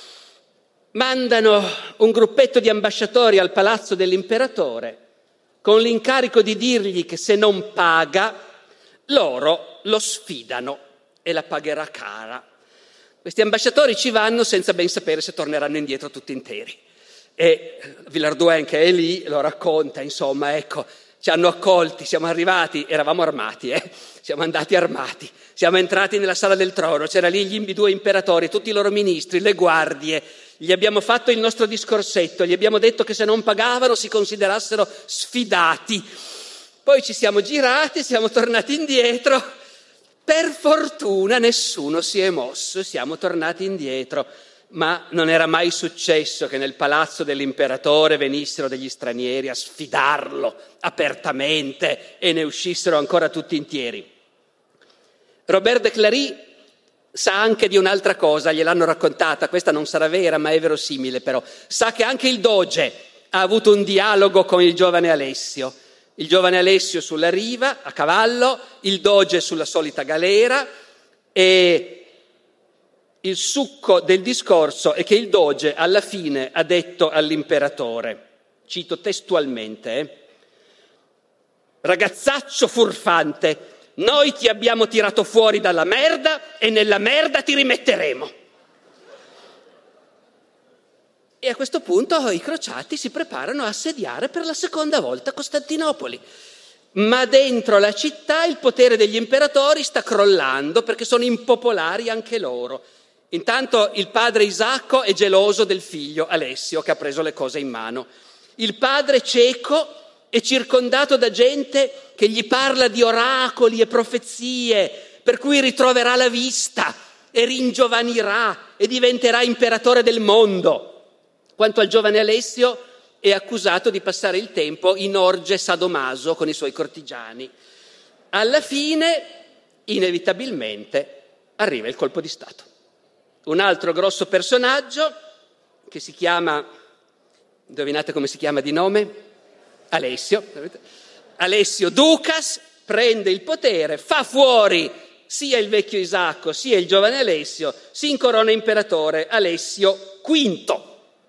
Mandano un gruppetto di ambasciatori al palazzo dell'imperatore con l'incarico di dirgli che se non paga, loro lo sfidano e la pagherà cara. Questi ambasciatori ci vanno senza ben sapere se torneranno indietro tutti interi. E Villardouin, che è lì, lo racconta, insomma, ecco, ci hanno accolti, siamo arrivati, eravamo armati, eh? Siamo andati armati, siamo entrati nella sala del trono, c'era lì gli due imperatori, tutti i loro ministri, le guardie, gli abbiamo fatto il nostro discorsetto, gli abbiamo detto che se non pagavano si considerassero sfidati. Poi ci siamo girati, siamo tornati indietro Per fortuna nessuno si è mosso, siamo tornati indietro, ma non era mai successo che nel palazzo dell'imperatore venissero degli stranieri a sfidarlo apertamente e ne uscissero ancora tutti intieri. Robert de Clari sa anche di un'altra cosa, gliel'hanno raccontata, questa non sarà vera ma è verosimile però, sa che anche il doge ha avuto un dialogo con il giovane Alessio. Il giovane Alessio sulla riva, a cavallo, il doge sulla solita galera, e il succo del discorso è che il doge alla fine ha detto all'imperatore, cito testualmente, eh, ragazzaccio furfante, noi ti abbiamo tirato fuori dalla merda e nella merda ti rimetteremo. E a questo punto i crociati si preparano a assediare per la seconda volta Costantinopoli. Ma dentro la città il potere degli imperatori sta crollando perché sono impopolari anche loro. Intanto il padre Isacco è geloso del figlio Alessio che ha preso le cose in mano. Il padre cieco è circondato da gente che gli parla di oracoli e profezie, per cui ritroverà la vista e ringiovanirà e diventerà imperatore del mondo. Quanto al giovane Alessio, è accusato di passare il tempo in orge sadomaso con i suoi cortigiani. Alla fine, inevitabilmente, arriva il colpo di Stato. Un altro grosso personaggio, che si chiama, indovinate come si chiama di nome? Alessio. Alessio Ducas prende il potere, fa fuori sia il vecchio Isacco sia il giovane Alessio, si incorona imperatore Alessio quinto.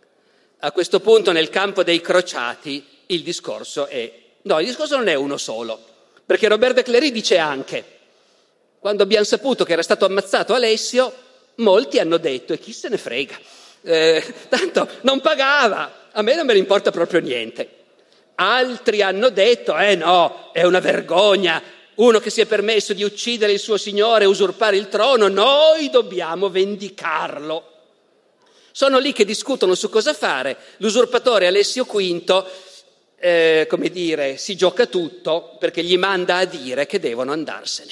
A questo punto nel campo dei crociati il discorso è, no, il discorso non è uno solo, perché Robert de Clari dice anche, quando abbiamo saputo che era stato ammazzato Alessio, molti hanno detto, e chi se ne frega, eh, tanto non pagava, a me non me ne importa proprio niente. Altri hanno detto, eh no, è una vergogna, uno che si è permesso di uccidere il suo signore e usurpare il trono, noi dobbiamo vendicarlo. Sono lì che discutono su cosa fare. L'usurpatore Alessio quinto, eh, come dire, si gioca tutto perché gli manda a dire che devono andarsene.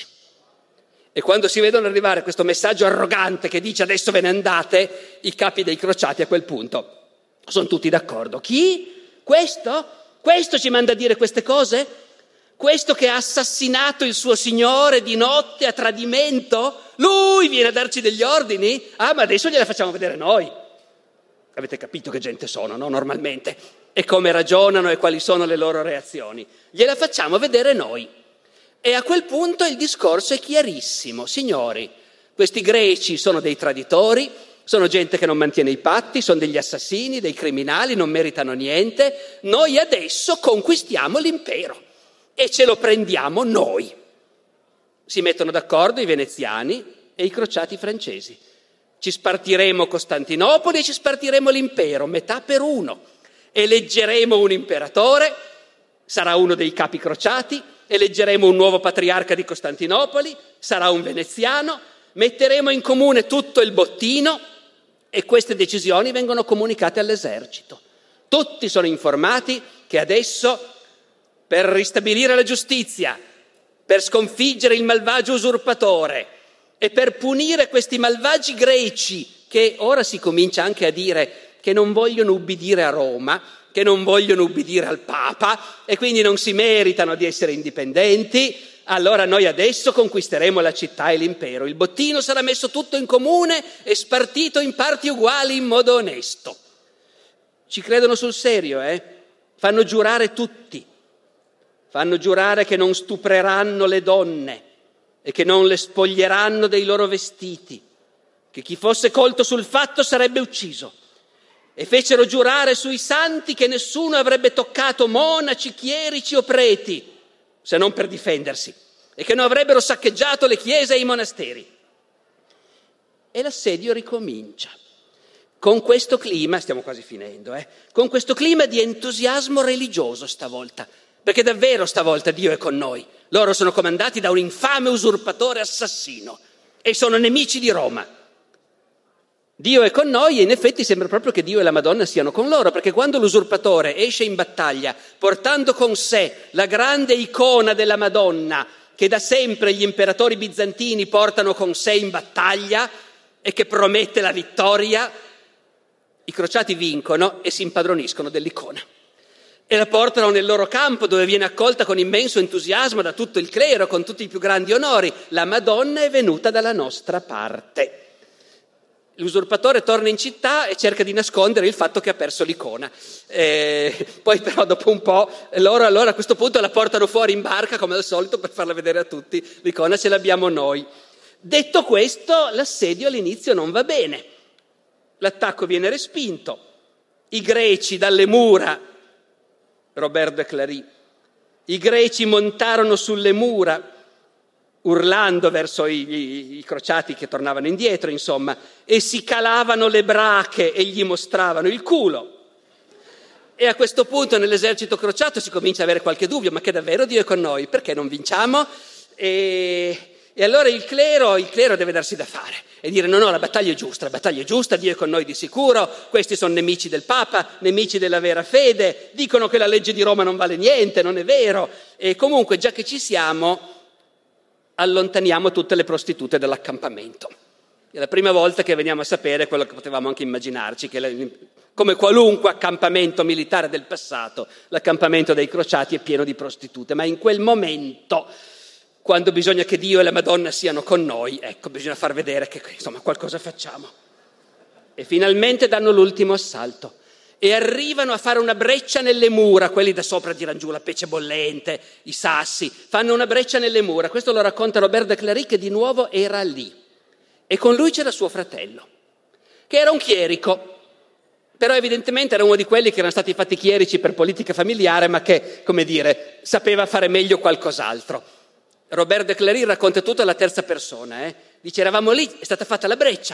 E quando si vedono arrivare questo messaggio arrogante che dice adesso ve ne andate, i capi dei crociati a quel punto sono tutti d'accordo. Chi? Questo? Questo ci manda a dire queste cose? Questo che ha assassinato il suo signore di notte a tradimento? Lui viene a darci degli ordini? Ah, ma adesso gliela facciamo vedere noi. Avete capito che gente sono, no? Normalmente. E come ragionano e quali sono le loro reazioni. Gliela facciamo vedere noi. E a quel punto il discorso è chiarissimo. Signori, questi greci sono dei traditori, sono gente che non mantiene i patti, sono degli assassini, dei criminali, non meritano niente. Noi adesso conquistiamo l'impero e ce lo prendiamo noi. Si mettono d'accordo i veneziani e i crociati francesi. Ci spartiremo Costantinopoli e ci spartiremo l'impero, metà per uno. Eleggeremo un imperatore, sarà uno dei capi crociati, eleggeremo un nuovo patriarca di Costantinopoli, sarà un veneziano, metteremo in comune tutto il bottino e queste decisioni vengono comunicate all'esercito. Tutti sono informati che adesso, per ristabilire la giustizia, per sconfiggere il malvagio usurpatore, e per punire questi malvagi greci che ora si comincia anche a dire che non vogliono ubbidire a Roma, che non vogliono ubbidire al Papa e quindi non si meritano di essere indipendenti, allora noi adesso conquisteremo la città e l'impero. Il bottino sarà messo tutto in comune e spartito in parti uguali in modo onesto. Ci credono sul serio, eh? Fanno giurare tutti. Fanno giurare che non stupreranno le donne e che non le spoglieranno dei loro vestiti, che chi fosse colto sul fatto sarebbe ucciso. E fecero giurare sui santi che nessuno avrebbe toccato monaci, chierici o preti, se non per difendersi, e che non avrebbero saccheggiato le chiese e i monasteri. E l'assedio ricomincia. Con questo clima, stiamo quasi finendo, eh, con questo clima di entusiasmo religioso stavolta, perché davvero stavolta Dio è con noi. Loro sono comandati da un infame usurpatore assassino e sono nemici di Roma. Dio è con noi e in effetti sembra proprio che Dio e la Madonna siano con loro, perché quando l'usurpatore esce in battaglia portando con sé la grande icona della Madonna che da sempre gli imperatori bizantini portano con sé in battaglia e che promette la vittoria, i crociati vincono e si impadroniscono dell'icona e la portano nel loro campo, dove viene accolta con immenso entusiasmo da tutto il clero, con tutti i più grandi onori. La Madonna è venuta dalla nostra parte. L'usurpatore torna in città e cerca di nascondere il fatto che ha perso l'icona. Eh, poi però dopo un po' loro allora a questo punto la portano fuori in barca come al solito per farla vedere a tutti. L'icona ce l'abbiamo noi. Detto questo, l'assedio all'inizio non va bene. L'attacco viene respinto. I greci dalle mura, Robert de Clari, i greci montarono sulle mura urlando verso i, i, i crociati che tornavano indietro, insomma, e si calavano le brache e gli mostravano il culo. E a questo punto nell'esercito crociato si comincia ad avere qualche dubbio, ma che davvero Dio è con noi? Perché non vinciamo? E, e allora il clero, il clero deve darsi da fare e dire no, no, la battaglia è giusta, la battaglia è giusta, Dio è con noi di sicuro, questi sono nemici del Papa, nemici della vera fede, dicono che la legge di Roma non vale niente, non è vero, e comunque già che ci siamo allontaniamo tutte le prostitute dall'accampamento. È la prima volta che veniamo a sapere quello che potevamo anche immaginarci, che come qualunque accampamento militare del passato, l'accampamento dei crociati è pieno di prostitute, ma in quel momento, quando bisogna che Dio e la Madonna siano con noi, ecco, bisogna far vedere che insomma qualcosa facciamo. E finalmente danno l'ultimo assalto e arrivano a fare una breccia nelle mura, quelli da sopra tirano giù la pece bollente, i sassi, fanno una breccia nelle mura. Questo lo racconta Robert de Clari, che di nuovo era lì e con lui c'era suo fratello, che era un chierico, però evidentemente era uno di quelli che erano stati fatti chierici per politica familiare, ma che, come dire, sapeva fare meglio qualcos'altro. Robert de Clari racconta tutto alla terza persona, eh? Dice eravamo lì, è stata fatta la breccia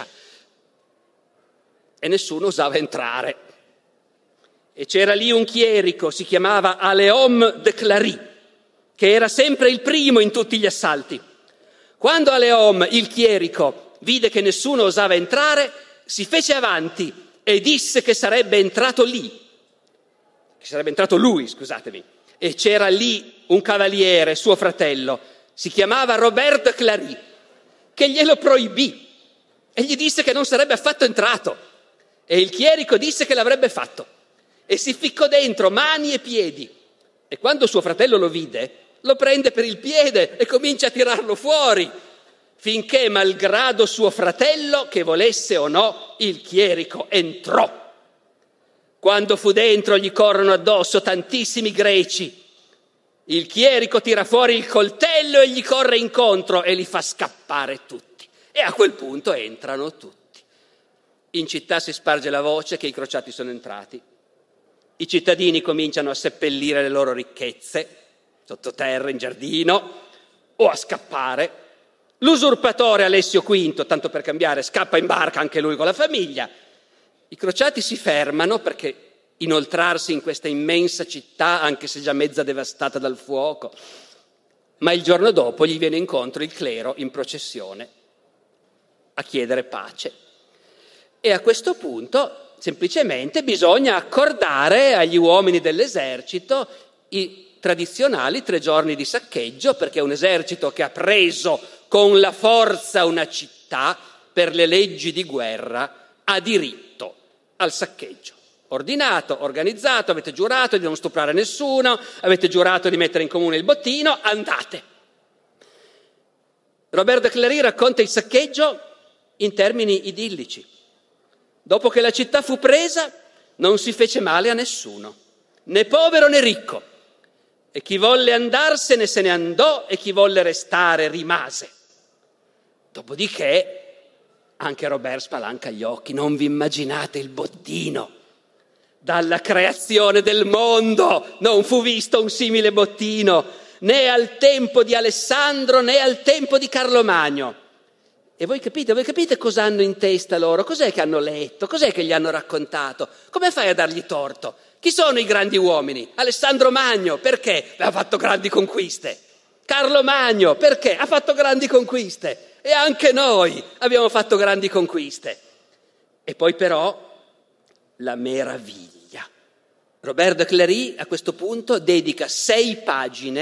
e nessuno osava entrare. E c'era lì un chierico, si chiamava Aleom de Clari, che era sempre il primo in tutti gli assalti. Quando Aleom, il chierico, vide che nessuno osava entrare, si fece avanti e disse che sarebbe entrato lì, che sarebbe entrato lui, scusatemi. E c'era lì un cavaliere, suo fratello, si chiamava Robert de Clari, che glielo proibì e gli disse che non sarebbe affatto entrato. E il chierico disse che l'avrebbe fatto e si ficcò dentro mani e piedi. E quando suo fratello lo vide, lo prende per il piede e comincia a tirarlo fuori, finché, malgrado suo fratello, che volesse o no, il chierico entrò. Quando fu dentro gli corrono addosso tantissimi greci. Il chierico tira fuori il coltello e gli corre incontro e li fa scappare tutti. E a quel punto entrano tutti. In città si sparge la voce che i crociati sono entrati. I cittadini cominciano a seppellire le loro ricchezze, sottoterra, in giardino, o a scappare. L'usurpatore Alessio quinto, tanto per cambiare, scappa in barca anche lui con la famiglia. I crociati si fermano perché inoltrarsi in questa immensa città, anche se già mezza devastata dal fuoco, ma il giorno dopo gli viene incontro il clero in processione a chiedere pace. E a questo punto semplicemente bisogna accordare agli uomini dell'esercito i tradizionali tre giorni di saccheggio, perché un esercito che ha preso con la forza una città per le leggi di guerra ha diritto al saccheggio. Ordinato, organizzato, avete giurato di non stuprare nessuno, avete giurato di mettere in comune il bottino, andate. Robert de Clari racconta il saccheggio in termini idillici. Dopo che la città fu presa, non si fece male a nessuno, né povero né ricco, e chi volle andarsene se ne andò e chi volle restare rimase. Dopodiché anche Robert spalanca gli occhi, non vi immaginate il bottino. Dalla creazione del mondo non fu visto un simile bottino, né al tempo di Alessandro né al tempo di Carlo Magno. E voi capite, voi capite cosa hanno in testa loro? Cos'è che hanno letto? Cos'è che gli hanno raccontato? Come fai a dargli torto? Chi sono i grandi uomini? Alessandro Magno, perché? Ha fatto grandi conquiste. Carlo Magno, perché? Ha fatto grandi conquiste. E anche noi abbiamo fatto grandi conquiste. E poi però la meraviglia. Robert de Clari a questo punto dedica sei pagine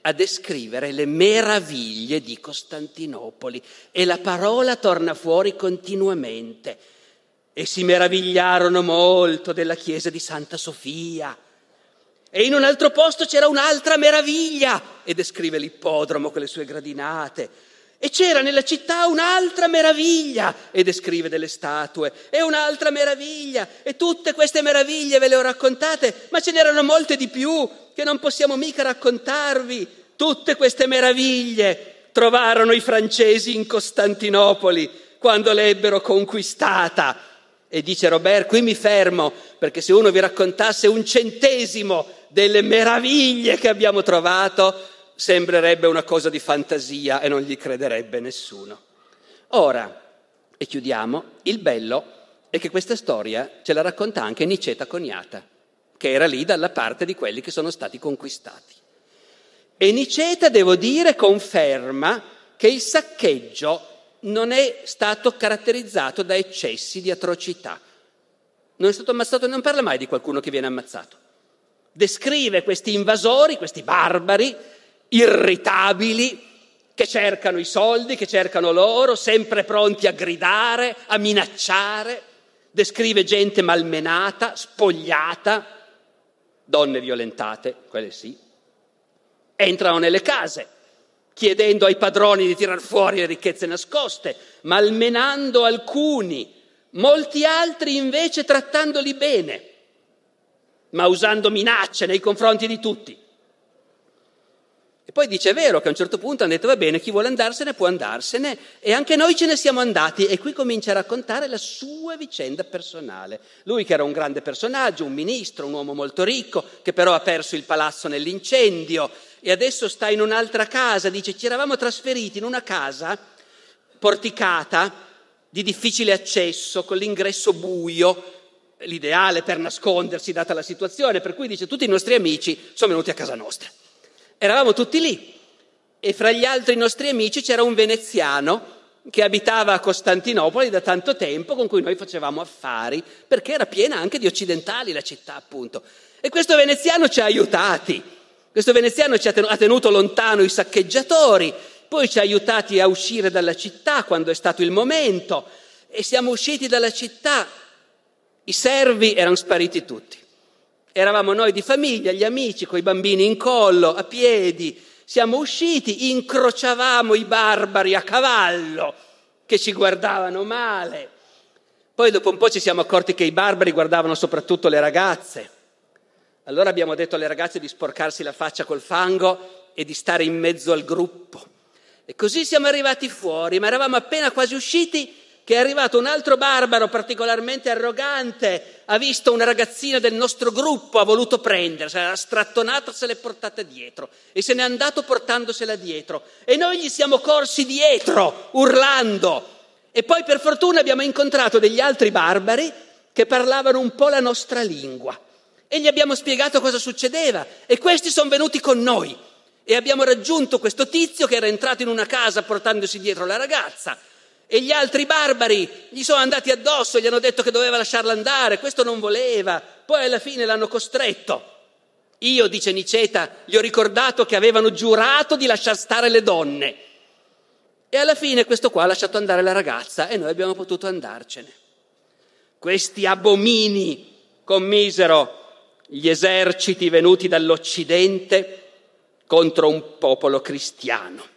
a descrivere le meraviglie di Costantinopoli e la parola torna fuori continuamente. E si meravigliarono molto della chiesa di Santa Sofia. E in un altro posto c'era un'altra meraviglia, e descrive l'ippodromo con le sue gradinate. E c'era nella città un'altra meraviglia, e descrive delle statue, e un'altra meraviglia, e tutte queste meraviglie ve le ho raccontate, ma ce n'erano molte di più che non possiamo mica raccontarvi. Tutte queste meraviglie trovarono i francesi in Costantinopoli quando l'ebbero conquistata. E dice Robert, qui mi fermo, perché se uno vi raccontasse un centesimo delle meraviglie che abbiamo trovato, sembrerebbe una cosa di fantasia e non gli crederebbe nessuno. Ora, e chiudiamo, il bello è che questa storia ce la racconta anche Niceta Coniata, che era lì dalla parte di quelli che sono stati conquistati. E Niceta, devo dire, conferma che il saccheggio non è stato caratterizzato da eccessi di atrocità. Non è stato ammazzato, non parla mai di qualcuno che viene ammazzato. Descrive questi invasori, questi barbari, irritabili, che cercano i soldi, che cercano l'oro, sempre pronti a gridare, a minacciare. Descrive gente malmenata, spogliata, donne violentate, quelle sì. Entrano nelle case, chiedendo ai padroni di tirar fuori le ricchezze nascoste, malmenando alcuni, molti altri invece trattandoli bene, ma usando minacce nei confronti di tutti. E poi dice, è vero che a un certo punto hanno detto, va bene, chi vuole andarsene può andarsene, e anche noi ce ne siamo andati, e qui comincia a raccontare la sua vicenda personale. Lui che era un grande personaggio, un ministro, un uomo molto ricco, che però ha perso il palazzo nell'incendio, e adesso sta in un'altra casa, dice, ci eravamo trasferiti in una casa porticata, di difficile accesso, con l'ingresso buio, l'ideale per nascondersi data la situazione, per cui dice, tutti i nostri amici sono venuti a casa nostra. Eravamo tutti lì e fra gli altri nostri amici c'era un veneziano che abitava a Costantinopoli da tanto tempo, con cui noi facevamo affari, perché era piena anche di occidentali la città, appunto. E questo veneziano ci ha aiutati, questo veneziano ci ha tenuto lontano i saccheggiatori, poi ci ha aiutati a uscire dalla città quando è stato il momento, e siamo usciti dalla città, i servi erano spariti tutti. Eravamo noi di famiglia, gli amici, coi bambini in collo, a piedi. Siamo usciti, incrociavamo i barbari a cavallo che ci guardavano male. Poi dopo un po' ci siamo accorti che i barbari guardavano soprattutto le ragazze. Allora abbiamo detto alle ragazze di sporcarsi la faccia col fango e di stare in mezzo al gruppo. E così siamo arrivati fuori, ma eravamo appena quasi usciti che è arrivato un altro barbaro particolarmente arrogante, ha visto una ragazzina del nostro gruppo, ha voluto prendersela, l'ha strattonata, se l'è portata dietro e se n'è andato portandosela dietro. E noi gli siamo corsi dietro, urlando. E poi per fortuna abbiamo incontrato degli altri barbari che parlavano un po' la nostra lingua. E gli abbiamo spiegato cosa succedeva. E questi sono venuti con noi. E abbiamo raggiunto questo tizio che era entrato in una casa portandosi dietro la ragazza. E gli altri barbari gli sono andati addosso, gli hanno detto che doveva lasciarla andare, questo non voleva, poi alla fine l'hanno costretto. Io, dice Niceta, gli ho ricordato che avevano giurato di lasciar stare le donne. E alla fine questo qua ha lasciato andare la ragazza e noi abbiamo potuto andarcene. Questi abomini commisero gli eserciti venuti dall'Occidente contro un popolo cristiano.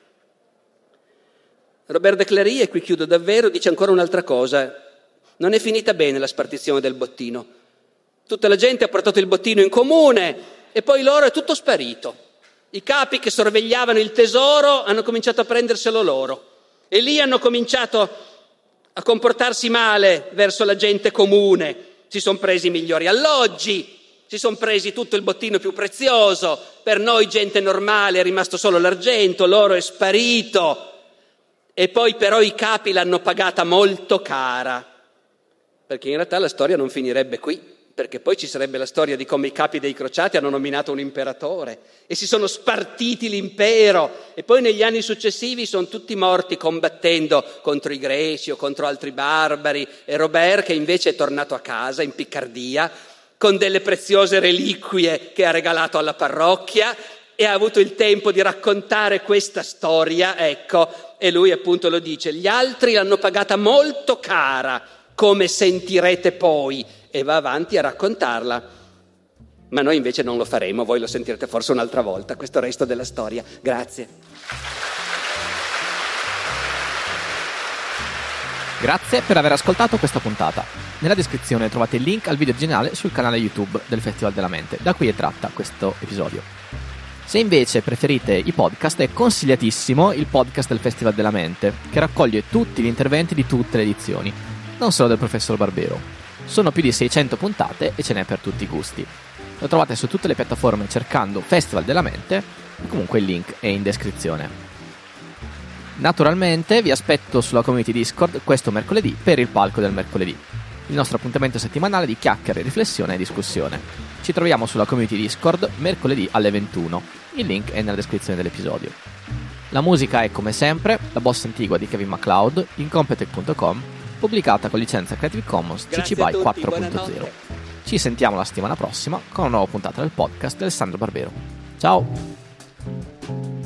Robert de Clary, e qui chiudo davvero, dice ancora un'altra cosa. Non è finita bene la spartizione del bottino. Tutta la gente ha portato il bottino in comune e poi l'oro è tutto sparito. I capi che sorvegliavano il tesoro hanno cominciato a prenderselo loro e lì hanno cominciato a comportarsi male verso la gente comune. Si sono presi i migliori alloggi, si sono presi tutto il bottino più prezioso. Per noi gente normale è rimasto solo l'argento, l'oro è sparito. E poi però i capi l'hanno pagata molto cara, perché in realtà la storia non finirebbe qui, perché poi ci sarebbe la storia di come i capi dei crociati hanno nominato un imperatore e si sono spartiti l'impero e poi negli anni successivi sono tutti morti combattendo contro i greci o contro altri barbari, e Robert, che invece è tornato a casa in Piccardia con delle preziose reliquie che ha regalato alla parrocchia, e ha avuto il tempo di raccontare questa storia, ecco, e lui appunto lo dice, gli altri l'hanno pagata molto cara, come sentirete poi, e va avanti a raccontarla. Ma noi invece non lo faremo, voi lo sentirete forse un'altra volta, questo resto della storia. Grazie. Grazie per aver ascoltato questa puntata. Nella descrizione trovate il link al video originale sul canale YouTube del Festival della Mente, da cui è tratta questo episodio. Se invece preferite i podcast, è consigliatissimo il podcast del Festival della Mente, che raccoglie tutti gli interventi di tutte le edizioni, non solo del professor Barbero. Sono più di seicento puntate e ce n'è per tutti i gusti. Lo trovate su tutte le piattaforme cercando Festival della Mente, e comunque il link è in descrizione. Naturalmente vi aspetto sulla community Discord questo mercoledì per il palco del mercoledì, il nostro appuntamento settimanale di chiacchiere, riflessione e discussione. Ci troviamo sulla community Discord mercoledì alle ventuno, il link è nella descrizione dell'episodio. La musica è come sempre la bossa antigua di Kevin MacLeod in Competech punto com, pubblicata con licenza Creative Commons C C B Y quattro punto zero. Ci sentiamo la settimana prossima con una nuova puntata del podcast di Alessandro Barbero. Ciao!